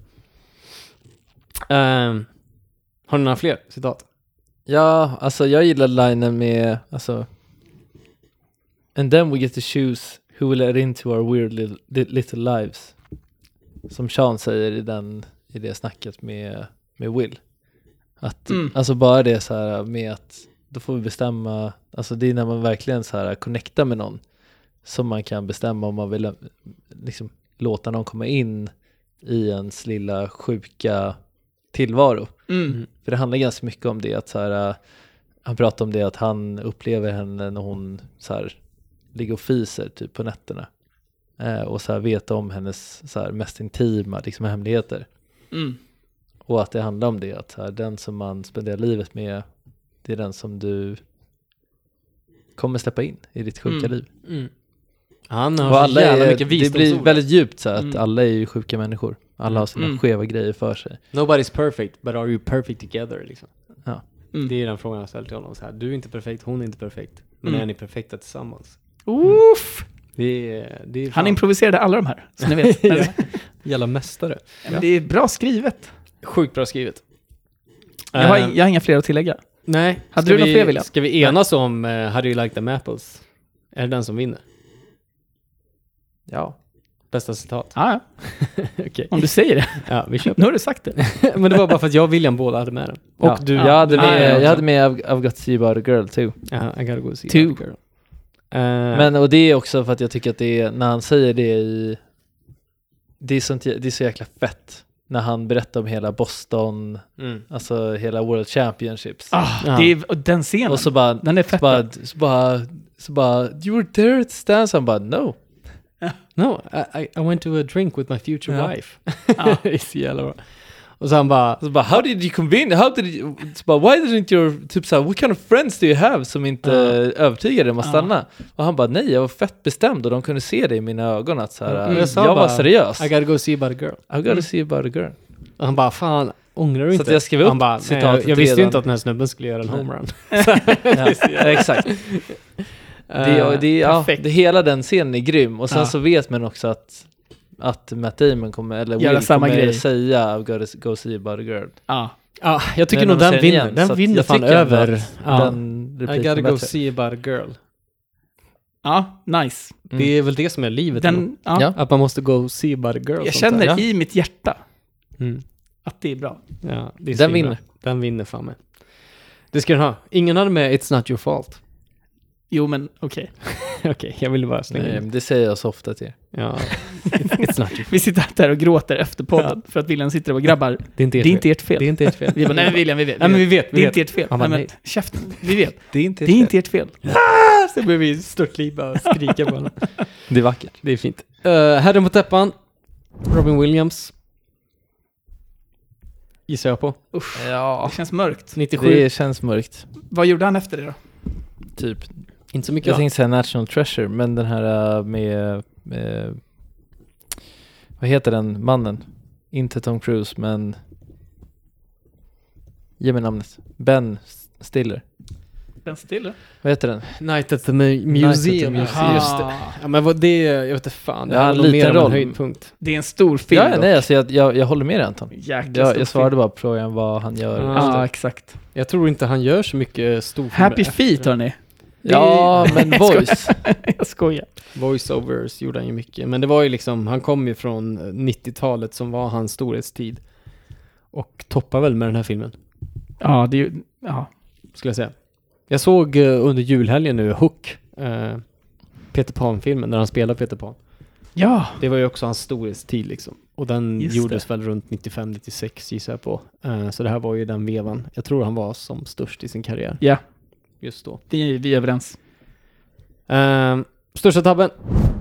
Har ni några fler citat? Ja, alltså jag gillar linen med, alltså, and then we get to choose who will let into our weird little lives. Som Sean säger i det snacket med Will. Att, alltså bara det så här med att då får vi bestämma, alltså det är när man verkligen så här connectar med någon som man kan bestämma om man vill liksom låta någon komma in i ens lilla sjuka tillvaro. För det handlar ganska mycket om det, att så här, han pratar om det att han upplever henne när hon så här ligger och fiser typ på nätterna. Och så här vet om hennes så här mest intima liksom hemligheter. Och att det handlar om det, att här, den som man spenderar livet med, det är den som du kommer släppa in i ditt sjuka liv. Han har så jävla mycket visdomsord. Det blir väldigt djupt så att alla är ju sjuka människor. Alla har sina skeva grejer för sig. Nobody's perfect, but are you perfect together? Liksom. Det är den frågan jag ställer till honom. Så här, du är inte perfekt, hon är inte perfekt. Men är ni perfekta tillsammans? Uff! Det är han improviserade alla de här, så ni vet. Jävla mästare. Men det är bra skrivet. Sjukt bra skrivet. Jag har inga fler att tillägga. Nej. Hade du några fler, William? Ska vi enas om How do you like them apples? Är det den som vinner? Ja. Bästa citat. Ja. Okay. Om du säger det. Ja, vi köper. Nu har du sagt det. Men det var bara för att jag och William båda hade med den. Och du. Jag hade med I've got to see about a girl too. I gotta go see about a girl. Men och det är också för att jag tycker att det är, när han säger det det är så jäkla fett. När han berättar om hela Boston, alltså hela World Championships. Det är den scenen. Och så bara, den är fett. Så bara, you were there at the stand. Så han bara, no. No, I went to a drink with my future wife. Det är så jävla bra. Och så han bara, how did you convince, why didn't your, typ såhär, what kind of friends do you have som inte övertygade om att stanna? Och han bara, nej, jag var fett bestämd och de kunde se det i mina ögon att såhär, jag var seriös. I gotta go see about a girl. I gotta see about a girl. Och han bara, fan, ångrar du inte? Så att jag skrev upp han bara, jag visste ju inte att den här snubben skulle göra en homerun. Exakt. Det hela den scenen är grym. Och sen så vet man också att att Matt Damon kommer, eller göra Will samma kommer grej. säga I've got to go see about a girl. Ja. Ja, jag tycker Men nog de den säger vinner. igen, Den så att vinner jag fan tycker ändå över. att Ja. den I repliken gotta är go bättre. see about a girl. Ja, nice. Det är väl det som är livet. Den, ja. Att man måste go see about a girl. Jag sånt känner där. i mitt hjärta Mm. att det är bra. Ja, det är Den så himla. vinner. Den vinner fan med. Det ska den ha. Ingen hade med It's Not Your Fault. Jo, men okej. Okej, jag ville bara slänga Nej, in. men det säger jag så ofta till er. Ja. It's not your fault. Vi sitter där och gråter efter podden för att William sitter och grabbar. Det är inte ert fel. ert fel. Det är inte ert fel. Vi bara, nej men William, vi vet. Nej, men vi vet. Det är inte ert fel. Han bara, Nej, men käften, vi vet. Det är inte ert fel. Så börjar vi störtliva och skrika på honom. Det är vackert. Det är fint. Herren på täppan. Robin Williams. Gissar jag på. Ja, Det känns mörkt. 97. det känns mörkt. Vad gjorde han efter det då? Typ. Inte så mycket. Jag tänkte säga National Treasure, men den här med vad heter den mannen? Inte Tom Cruise, men ge mig namnet. Ben Stiller. Ben Stiller? Vad heter den? Night at the Museum. Aha. Just det. Ja, men vad det, jag vet inte fan. Det Ja, var en nog liten mer av en roll. höjdpunkt. Det är en stor film. Ja, dock. nej, alltså jag håller med dig, Anton. Jäkla stor Jag svarade film. bara på frågan vad han gör. Ja, exakt. Jag tror inte han gör så mycket storfilmer. Happy Feet, hörni. Ja, men Jag Voice. Jag skojar. Voiceovers gjorde han ju mycket. Men det var ju liksom, han kom ju från 90-talet som var hans storhetstid. Och toppar väl med den här filmen, Ja, det är ju... Ja. skulle jag säga. Jag såg under julhelgen nu Hook, Peter Pan-filmen, där han spelar Peter Pan. Ja. Det var ju också hans storhetstid liksom. Och den Just gjordes väl runt 95-96 gissar jag på. Så det här var ju den vevan. Jag tror han var som störst i sin karriär. Ja, Just då. vi är överens. Största tabben?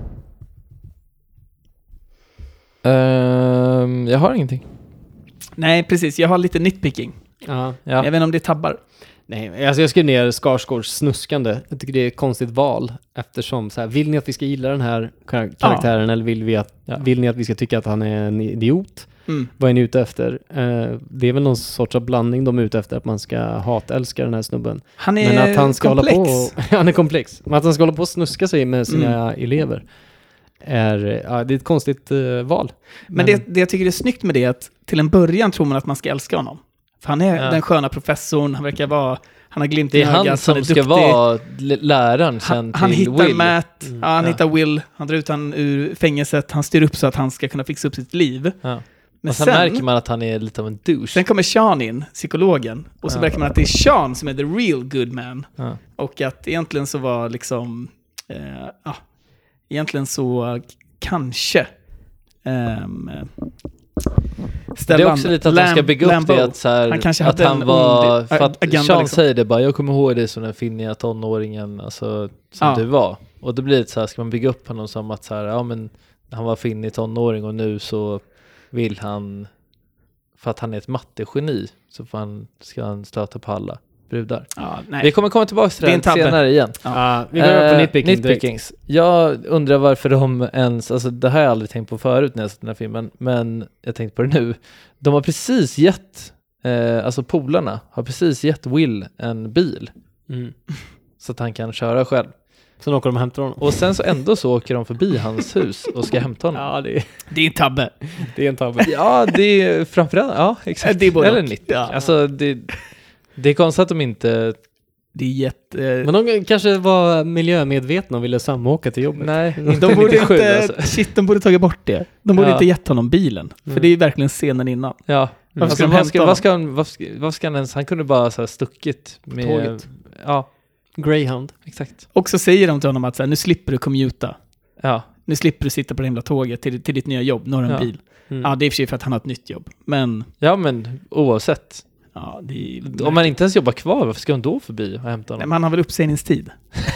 Jag har ingenting. Nej, precis. Jag har lite nitpicking. Ja. Jag vet inte om det är tabbar. Nej, alltså jag skrev ner Skarsgårds snuskande. Jag tycker det är ett konstigt val. Eftersom så här, vill ni att vi ska gilla den här karaktären eller vill ni att vi ska tycka att han är en idiot? Mm. Vad är ni ute efter? Det är väl någon sorts av blandning de är ute efter, att man ska hatälska den här snubben. Han är Men att han ska komplex. hålla på han är komplex. Men att han ska hålla på och snuska sig med sina elever är, det är ett konstigt val. Men det jag tycker är snyggt med det är att till en början tror man att man ska älska honom. För han är den sköna professorn, han verkar vara, han har glimt Det i är ögat, han som är ska duktig. vara läraren sen Han till hittar Will. Matt, han hittar Will, han drar ut han ur fängelset, han styr upp så att han ska kunna fixa upp sitt liv. Ja. Men Och sen märker man att han är lite av en douche. Sen kommer Sean in, psykologen, och så märker man att det är Sean som är the real good man. Ja. Och att egentligen så var liksom, egentligen så kanske det är också lite att de ska bygga upp det att, så här, han kanske att hade han en var, ond för att agenda, Sean liksom. säger det bara, jag kommer ihåg dig som den finniga tonåringen, alltså, som du var. Och då blir det så här, ska man bygga upp honom som att så här, ja men han var finnig tonåring och nu så vill han, för att han är ett mattegeni, så ska han stöta på alla brudar. Ja, nej. Vi kommer komma tillbaka till det senare igen. Vi går på nitpickings. Jag undrar varför de ens, alltså det här har jag aldrig tänkt på förut när jag sett den här filmen, men jag tänkte på det nu. De har precis gett, alltså polarna har precis gett Will en bil. Så att han kan köra själv. Sen åker de och hämtar honom. Och sen så ändå så åker de förbi hans hus och ska hämta honom. Ja, det är en tabbe. Det är en tabbe. Ja, det är framförallt, ja exakt. Det är både eller och. 90. Ja. Alltså det är konstigt att de inte... Det är jätte... Men de kanske var miljömedvetna och ville samåka till jobbet. Nej, De borde inte... alltså. Shit, de borde tagit bort det. De borde inte gett honom bilen. För det är verkligen scenen innan. Ja. Varför ska Alltså, de hämta honom? vad ska han ens... Han kunde bara så här stuckit med... tåget. Ja, Greyhound. exakt. Och så säger de till honom att så här, nu slipper du commuta. Ja. Nu slipper du sitta på det himla tåget till ditt nya jobb. Nu har du en bil. Ja, det är i och för sig för att han har ett nytt jobb. Men... Ja, men oavsett. Ja, det är... Om man inte ens jobbar kvar, varför ska han då förbi och hämta honom? Nej, men han har väl uppsägningstid?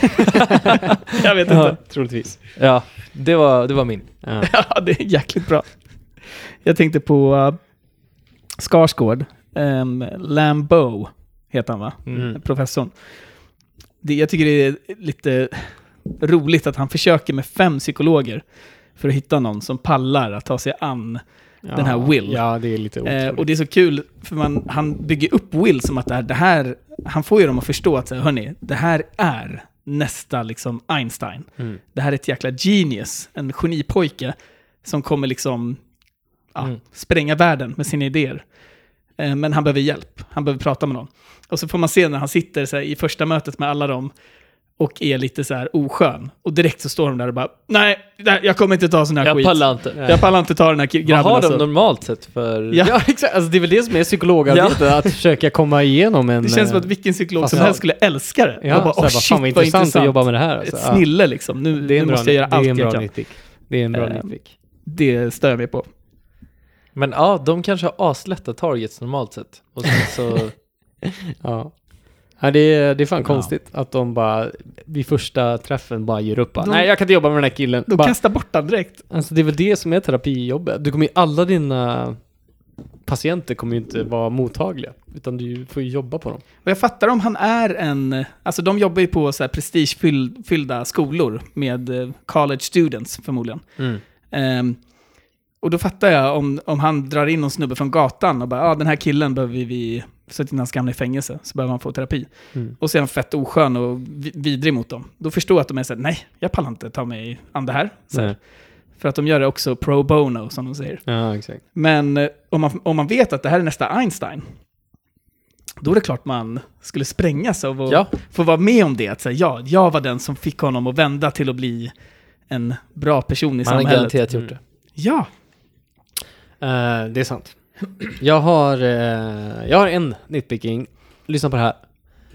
Jag vet inte. Troligtvis. Ja, det var min. Ja, det är jäkligt bra. Jag tänkte på Skarsgård. Lambeau heter han, va? Professorn. Jag tycker det är lite roligt att han försöker med 5 psykologer för att hitta någon som pallar att ta sig an den här Will. Ja, det är lite otroligt. Och det är så kul, för han bygger upp Will som att det här han får ju dem att förstå att hörni, det här är nästa liksom Einstein. Det här är ett jäkla genius, en genipojke. som kommer liksom spränga världen med sina idéer. Men han behöver hjälp. Han behöver prata med någon. Och så får man se när han sitter så här, i första mötet med alla dem och är lite så här oskön. Och direkt så står de där och bara, nej, jag kommer inte ta sån här skit. Jag pallar inte ta den här grabben. Vad har de normalt sett för... Ja, exakt. Alltså, det är väl det som är psykologarbete, att försöka komma igenom en... Det känns som att vilken psykolog som helst skulle älska det. Ja, bara, shit, vad intressant att jobba med det här. Alltså. Ett snille liksom. Nu måste jag göra allt jag kan. Det är en bra nitpick. Det stör jag mig på. Men ja, de kanske har aslätta targets normalt sett. Och sen så... Ja, det är fan konstigt att de bara vid första träffen bara ger upp. Nej, jag kan inte jobba med den här killen. De kastar bort den direkt. Alltså det är väl det som är terapijobbet. Du kommer ju, alla dina patienter kommer ju inte vara mottagliga, utan du får ju jobba på dem. Och jag fattar om han är en... Alltså de jobbar ju på så här prestigefyllda skolor med college students förmodligen. Och då fattar jag om han drar in någon snubbe från gatan och bara, den här killen behöver vi sätta in hans gamla i fängelse, så behöver han få terapi. Och så är han fett oskön och vidrig mot dem. Då förstår jag att de är så här, nej, jag pallar inte ta mig an det här. För att de gör det också pro bono, som de säger. Ja, exakt. Men om man vet att det här är nästa Einstein, då är det klart man skulle sprängas och få vara med om det. Att säga, jag var den som fick honom att vända till att bli en bra person i samhället. Man har garanterat gjort det. Ja. Det är sant. Jag har en nitpicking. Lyssna på det här.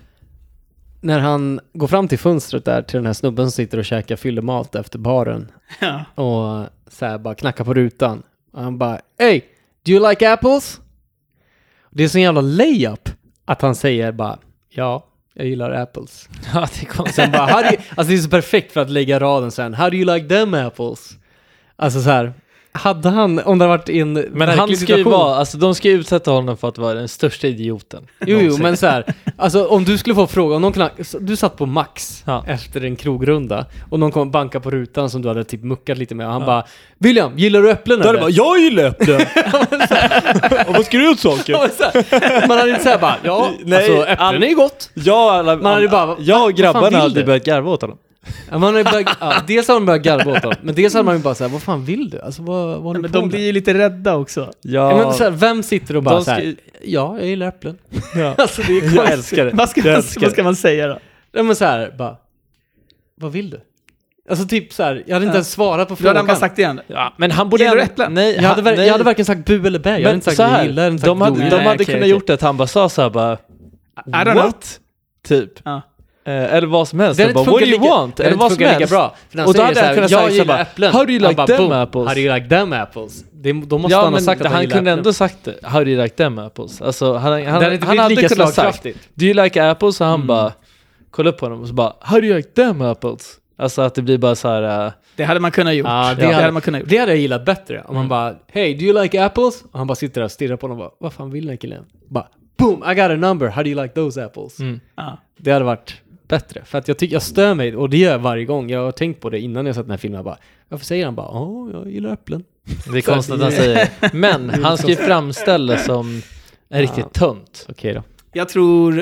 När han går fram till fönstret där till den här snubben som sitter och käkar fyllemat efter baren. Ja. Och så här bara knackar på rutan. Och han bara, hey, do you like apples? Det är så en jävla layup att han säger bara, ja, jag gillar apples. Ja, det kommer. Sen bara, alltså det är så perfekt för att lägga raden sen. How do you like them apples? Alltså så här, hade han, om det hade varit en men han ska ju vara, alltså de ska utsätta honom för att vara den största idioten. Jo, men så här, alltså om du skulle få fråga, om någon du satt på Max efter en krogrunda och någon kom och banka på rutan som du hade typ muckat lite med och han bara, William, gillar du äpplen? Då bara, jag gillar äpplen. Och vad ska du ut saker? Man hade inte såhär bara, nej, alltså äpplen är ju gott. Jag och grabbarna hade börjat garva åt honom. Ja, man dels har man börjat garva åt dem, men dels har man ju bara såhär, vad fan vill du? Alltså, vad men de blir ju lite rädda också. Ja. Men såhär, vem sitter och bara såhär, ja, jag gillar äpplen. Ja. Alltså, det är jag älskar det. Vad ska man säga då? Ja, men såhär, bara, vad vill du? Alltså typ såhär, jag hade inte ens svarat på frågan. Du hade bara sagt igen. Ja, men han borde gillar äpplen. Nej, jag hade varken sagt bu eller bä. Jag hade inte sagt här, gillar, inte sagt de hade kunnat gjort det att han bara sa såhär bara, I don't know. Typ. Ja. Eller vad som helst. Bara, what do you want? Eller vad som helst. Bra. Och då hade han kunnat säga så bara, how do you like them apples? How do you like them apples? Då måste han ha sagt att han kunde ändå sagt det. How do you like them apples? Alltså, han hade kunnat sagt, do you like apples? Och han bara, kolla upp på honom och så bara, how do you like them apples? Alltså att det blir bara så här. Det hade man kunnat gjort. Det hade man kunnat gjort. Det hade jag gillat bättre. Om man bara, hey, do you like apples? Och han bara sitter där och stirrar på honom och bara, vad fan vill den killen? Bara, boom, I got a number. How do you like those apples? Det hade varit bättre. För att jag stör mig, och det gör jag varje gång. Jag har tänkt på det innan jag sett den här filmen. Bara, varför säger han bara, jag gillar äpplen? Det är konstigt att han säger. Men han ska ju framställa som en riktigt tönt. Okej då. Jag tror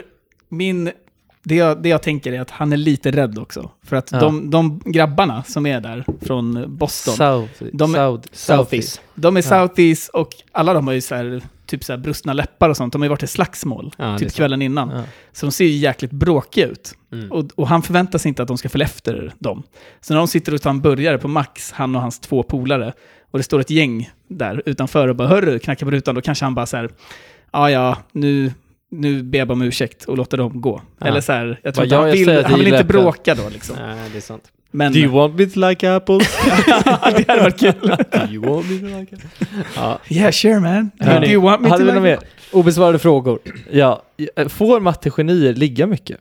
det jag tänker är att han är lite rädd också. För att de grabbarna som är där från Boston. Southeast. De är Southeast och alla de har ju så här, typ så här brustna läppar och sånt. De har ju varit i slagsmål typ kvällen innan. Ja. Så de ser ju jäkligt bråkiga ut. Och han förväntar sig inte att de ska följa efter dem. Så när de sitter och tar en burgare på Max, han och hans 2 polare, och det står ett gäng där utanför och bara, hörru, knackar på rutan, då kanske han bara så här, nu ber jag om ursäkt och låter dem gå. Eller så här, jag tror han vill inte bråka då liksom. Nej, det är sant. Men, do you want me to like apples? Det hade varit kul. Do you want me to like apples? Yeah, sure man. Do you want me to like apples? Obesvarade frågor. Ja, får mattegenier ligga mycket?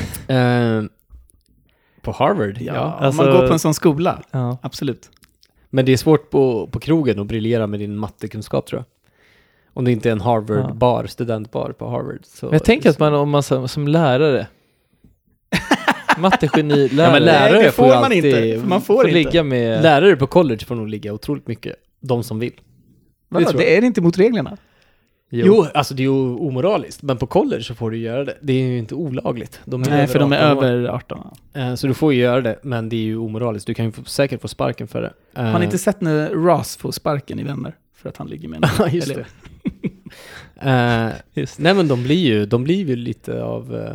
På Harvard? Ja, alltså, man går på en sån skola. Ja. Absolut. Men det är svårt på krogen att briljera med din mattekunskap, tror jag. Om det inte är en Harvard-bar, studentbar på Harvard. Så jag tänker att om man som lärare mattegeni, lärare. Ja, men lärare det får man inte. Man får inte. Ligga med... Lärare på college får nog ligga otroligt mycket. De som vill. Det är det inte mot reglerna. Jo, alltså det är ju omoraliskt. Men på college så får du göra det. Det är ju inte olagligt. Nej, för de är över 18. Så du får ju göra det, men det är ju omoraliskt. Du kan ju säkert få sparken för det. Har ni inte sett när Ross får sparken i Vänner? För att han ligger med Ja, just det. Nej, men de blir ju lite av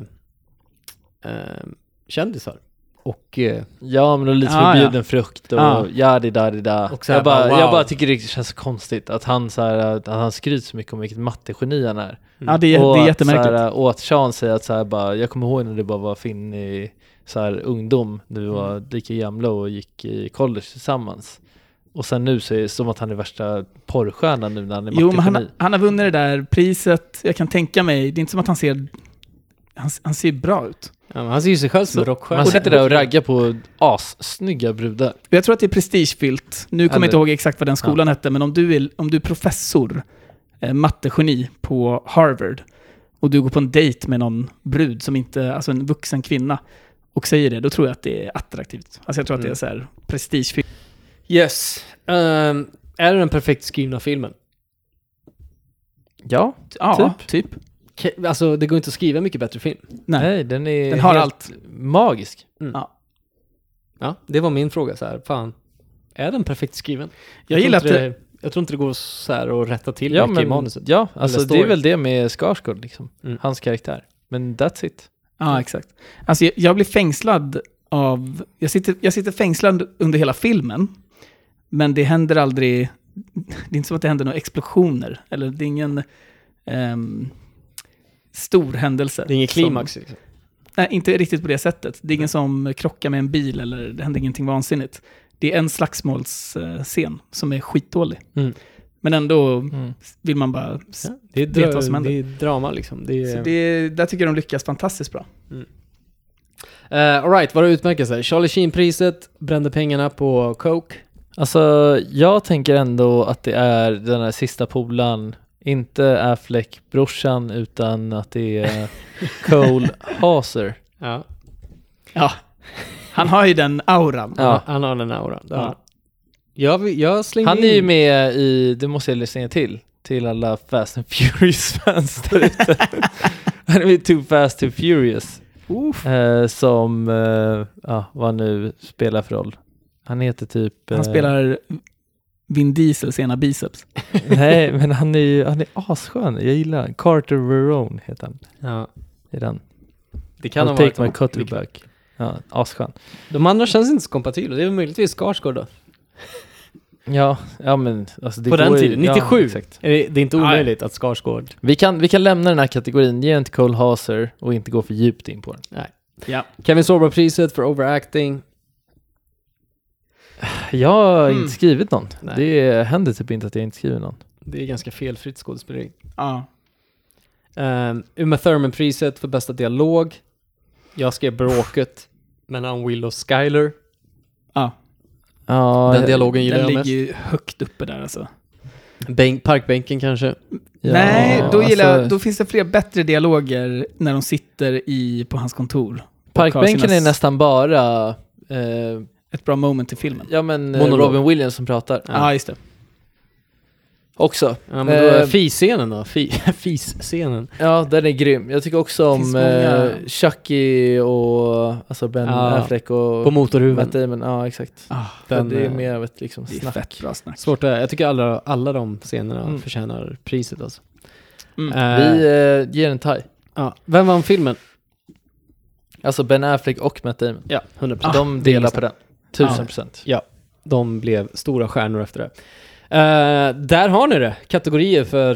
kändisar. Och ja, men lite förbjuden frukt och yadi-da-di-da. Jag bara tycker det känns konstigt att han så här, att han skryter så mycket om vilket mattegeni han är. Ja, det är jättemärkligt. Och att Sean säger att så här, bara, jag kommer ihåg när det bara var Finn i så här, ungdom, när vi var lika gamla och gick i college tillsammans. Och sen nu så är det som att han är värsta porrstjärnan nu när han är mattegeni. Jo, men han har vunnit det där priset. Jag kan tänka mig, det är inte som att han ser bra ut. Ja, han ser ju sig själv som rockstjärna. Man sitter där och raggar på assnygga brudar. Jag tror att det är prestigefyllt. Nu kommer jag inte ihåg exakt vad den skolan hette, men om du är professor, mattegeni på Harvard, och du går på en dejt med någon brud som inte, alltså en vuxen kvinna, och säger det, då tror jag att det är attraktivt. Alltså jag tror att det är så här prestigefyllt. Yes. Är det den perfekt skrivna filmen? Ja, typ. Alltså det går inte att skriva mycket bättre film. Nej, den har allt. Magisk. Ja, det var min fråga så här. Fan, är den perfekt skriven? Jag gillar att jag tror inte det går så här att rätta till mycket i manuset. Ja, alltså det är väl det med Skarsgård liksom. Hans karaktär. Men that's it. Ja, exakt. Alltså jag blir fängslad av... Jag sitter fängslad under hela filmen, men det händer aldrig... Det är inte som att det händer några explosioner. Eller det är ingen stor händelse. Det är ingen klimax liksom. Nej, inte riktigt på det sättet. Det är ingen som krockar med en bil eller det händer ingenting vansinnigt. Det är en slagsmålsscen som är skitdålig. Men ändå vill man bara veta vad som händer. Det är drama liksom. Så där tycker jag de lyckas fantastiskt bra. All right, vad det utmärker sig? Charlie Sheen-priset brände pengarna på coke. Alltså, jag tänker ändå att det är den här sista polan, inte Affleck-brorsan, utan att det är Cole Hauser. Ja. Han har ju den auran. Ja, han har den auran. Ja. Jag slänger han är ju med i, det måste jag slänga till alla Fast and Furious-fans där ute. Han är med Too Fast, Too Furious. Som, vad nu spelar för roll. Han heter typ... Han spelar Vin Diesels ena biceps. Nej, men han är asskön. Jag gillar han. Carter Verone heter han. Ja. I den. Det kan I'll take my cutter back. Ja, asskön. De andra känns inte så kompatibla. Det är möjligtvis Skarsgård då. Ja men alltså det på går den tiden, 97. Ja, exakt. Det är inte omöjligt att Skarsgård. Vi kan lämna den här kategorin. Ge inte Cole Hauser och inte gå för djupt in på den. Nej. Ja. Kevin Sorbo-priset för overacting. Jag har inte skrivit någon. Nej. Det händer typ inte att jag inte skriver någon. Det är ganska felfritt skådespeleri. Ja. Uma Thurman-priset för bästa dialog. Jag skrev bråket mellan Will och Skyler. Ja. Den dialogen gillar jag mest. Den ligger ju högt uppe där alltså. Parkbänken kanske? Ja, nej, då finns det fler bättre dialoger när de sitter på hans kontor. Parkbänken är nästan bara ett bra moment i filmen. Ja, men Robin Williams som pratar. Ja, just det. Också. Ja, men då fis-scenen då? Fis-scenen. Ja, den är grym. Jag tycker också om Chucky och alltså Ben Affleck och på motorhuven. Matt Damon. Ja, exakt. Det är mer av ett liksom snack. Fett bra snack. Svårt att, jag tycker alla de scenerna förtjänar priset alltså. Vi ger en tie. Ja. Vem vann filmen? Alltså Ben Affleck och Matt Damon. Ja, 100%. De delar på den. 1000%. Ja, de blev stora stjärnor efter det. Där har ni det. Kategorier för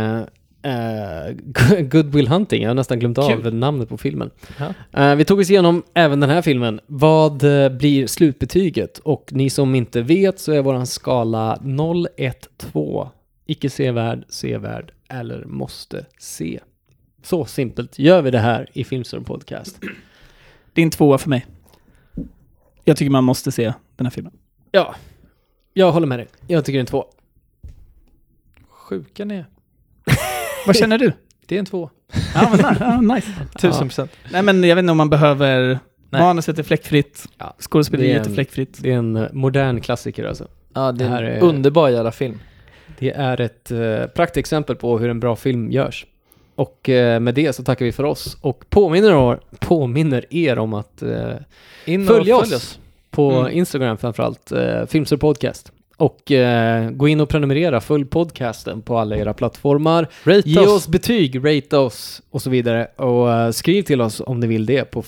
Good Will Hunting. Jag har nästan glömt av namnet på filmen. Vi tog oss igenom även den här filmen. Vad blir slutbetyget? Och ni som inte vet så är våran skala 0, 1, 2. Icke sevärd eller måste se. Så simpelt gör vi det här i Filmstorm Podcast. Det är en 2 för mig. Jag tycker man måste se den här filmen. Ja, jag håller med dig. Jag tycker det är en 2. Sjuka ni är. Vad känner du? Det är en 2. Ja, men nice. 1000%. Nej, men jag vet inte om man behöver... Manuset är fläckfritt. Skådespeleriet är fläckfritt. Det är en modern klassiker alltså. Ja, det är en underbar jävla film. Det är ett praktexempel på hur en bra film görs. Och med det så tackar vi för oss och påminner er om att följa oss på Instagram framförallt, Filmsur Podcast. Och gå in och prenumerera, följ podcasten på alla era plattformar. Ge oss betyg, rate oss och så vidare. Och skriv till oss om ni vill det på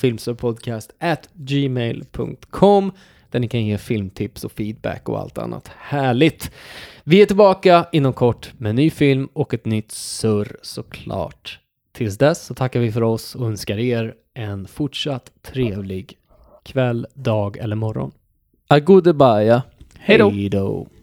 filmsurpodcast@gmail.com, där ni kan ge filmtips och feedback och allt annat härligt. Vi är tillbaka inom kort med en ny film och ett nytt surr såklart. Tills dess så tackar vi för oss och önskar er en fortsatt trevlig kväll, dag eller morgon. Agodebaja. Hej då! Hej då!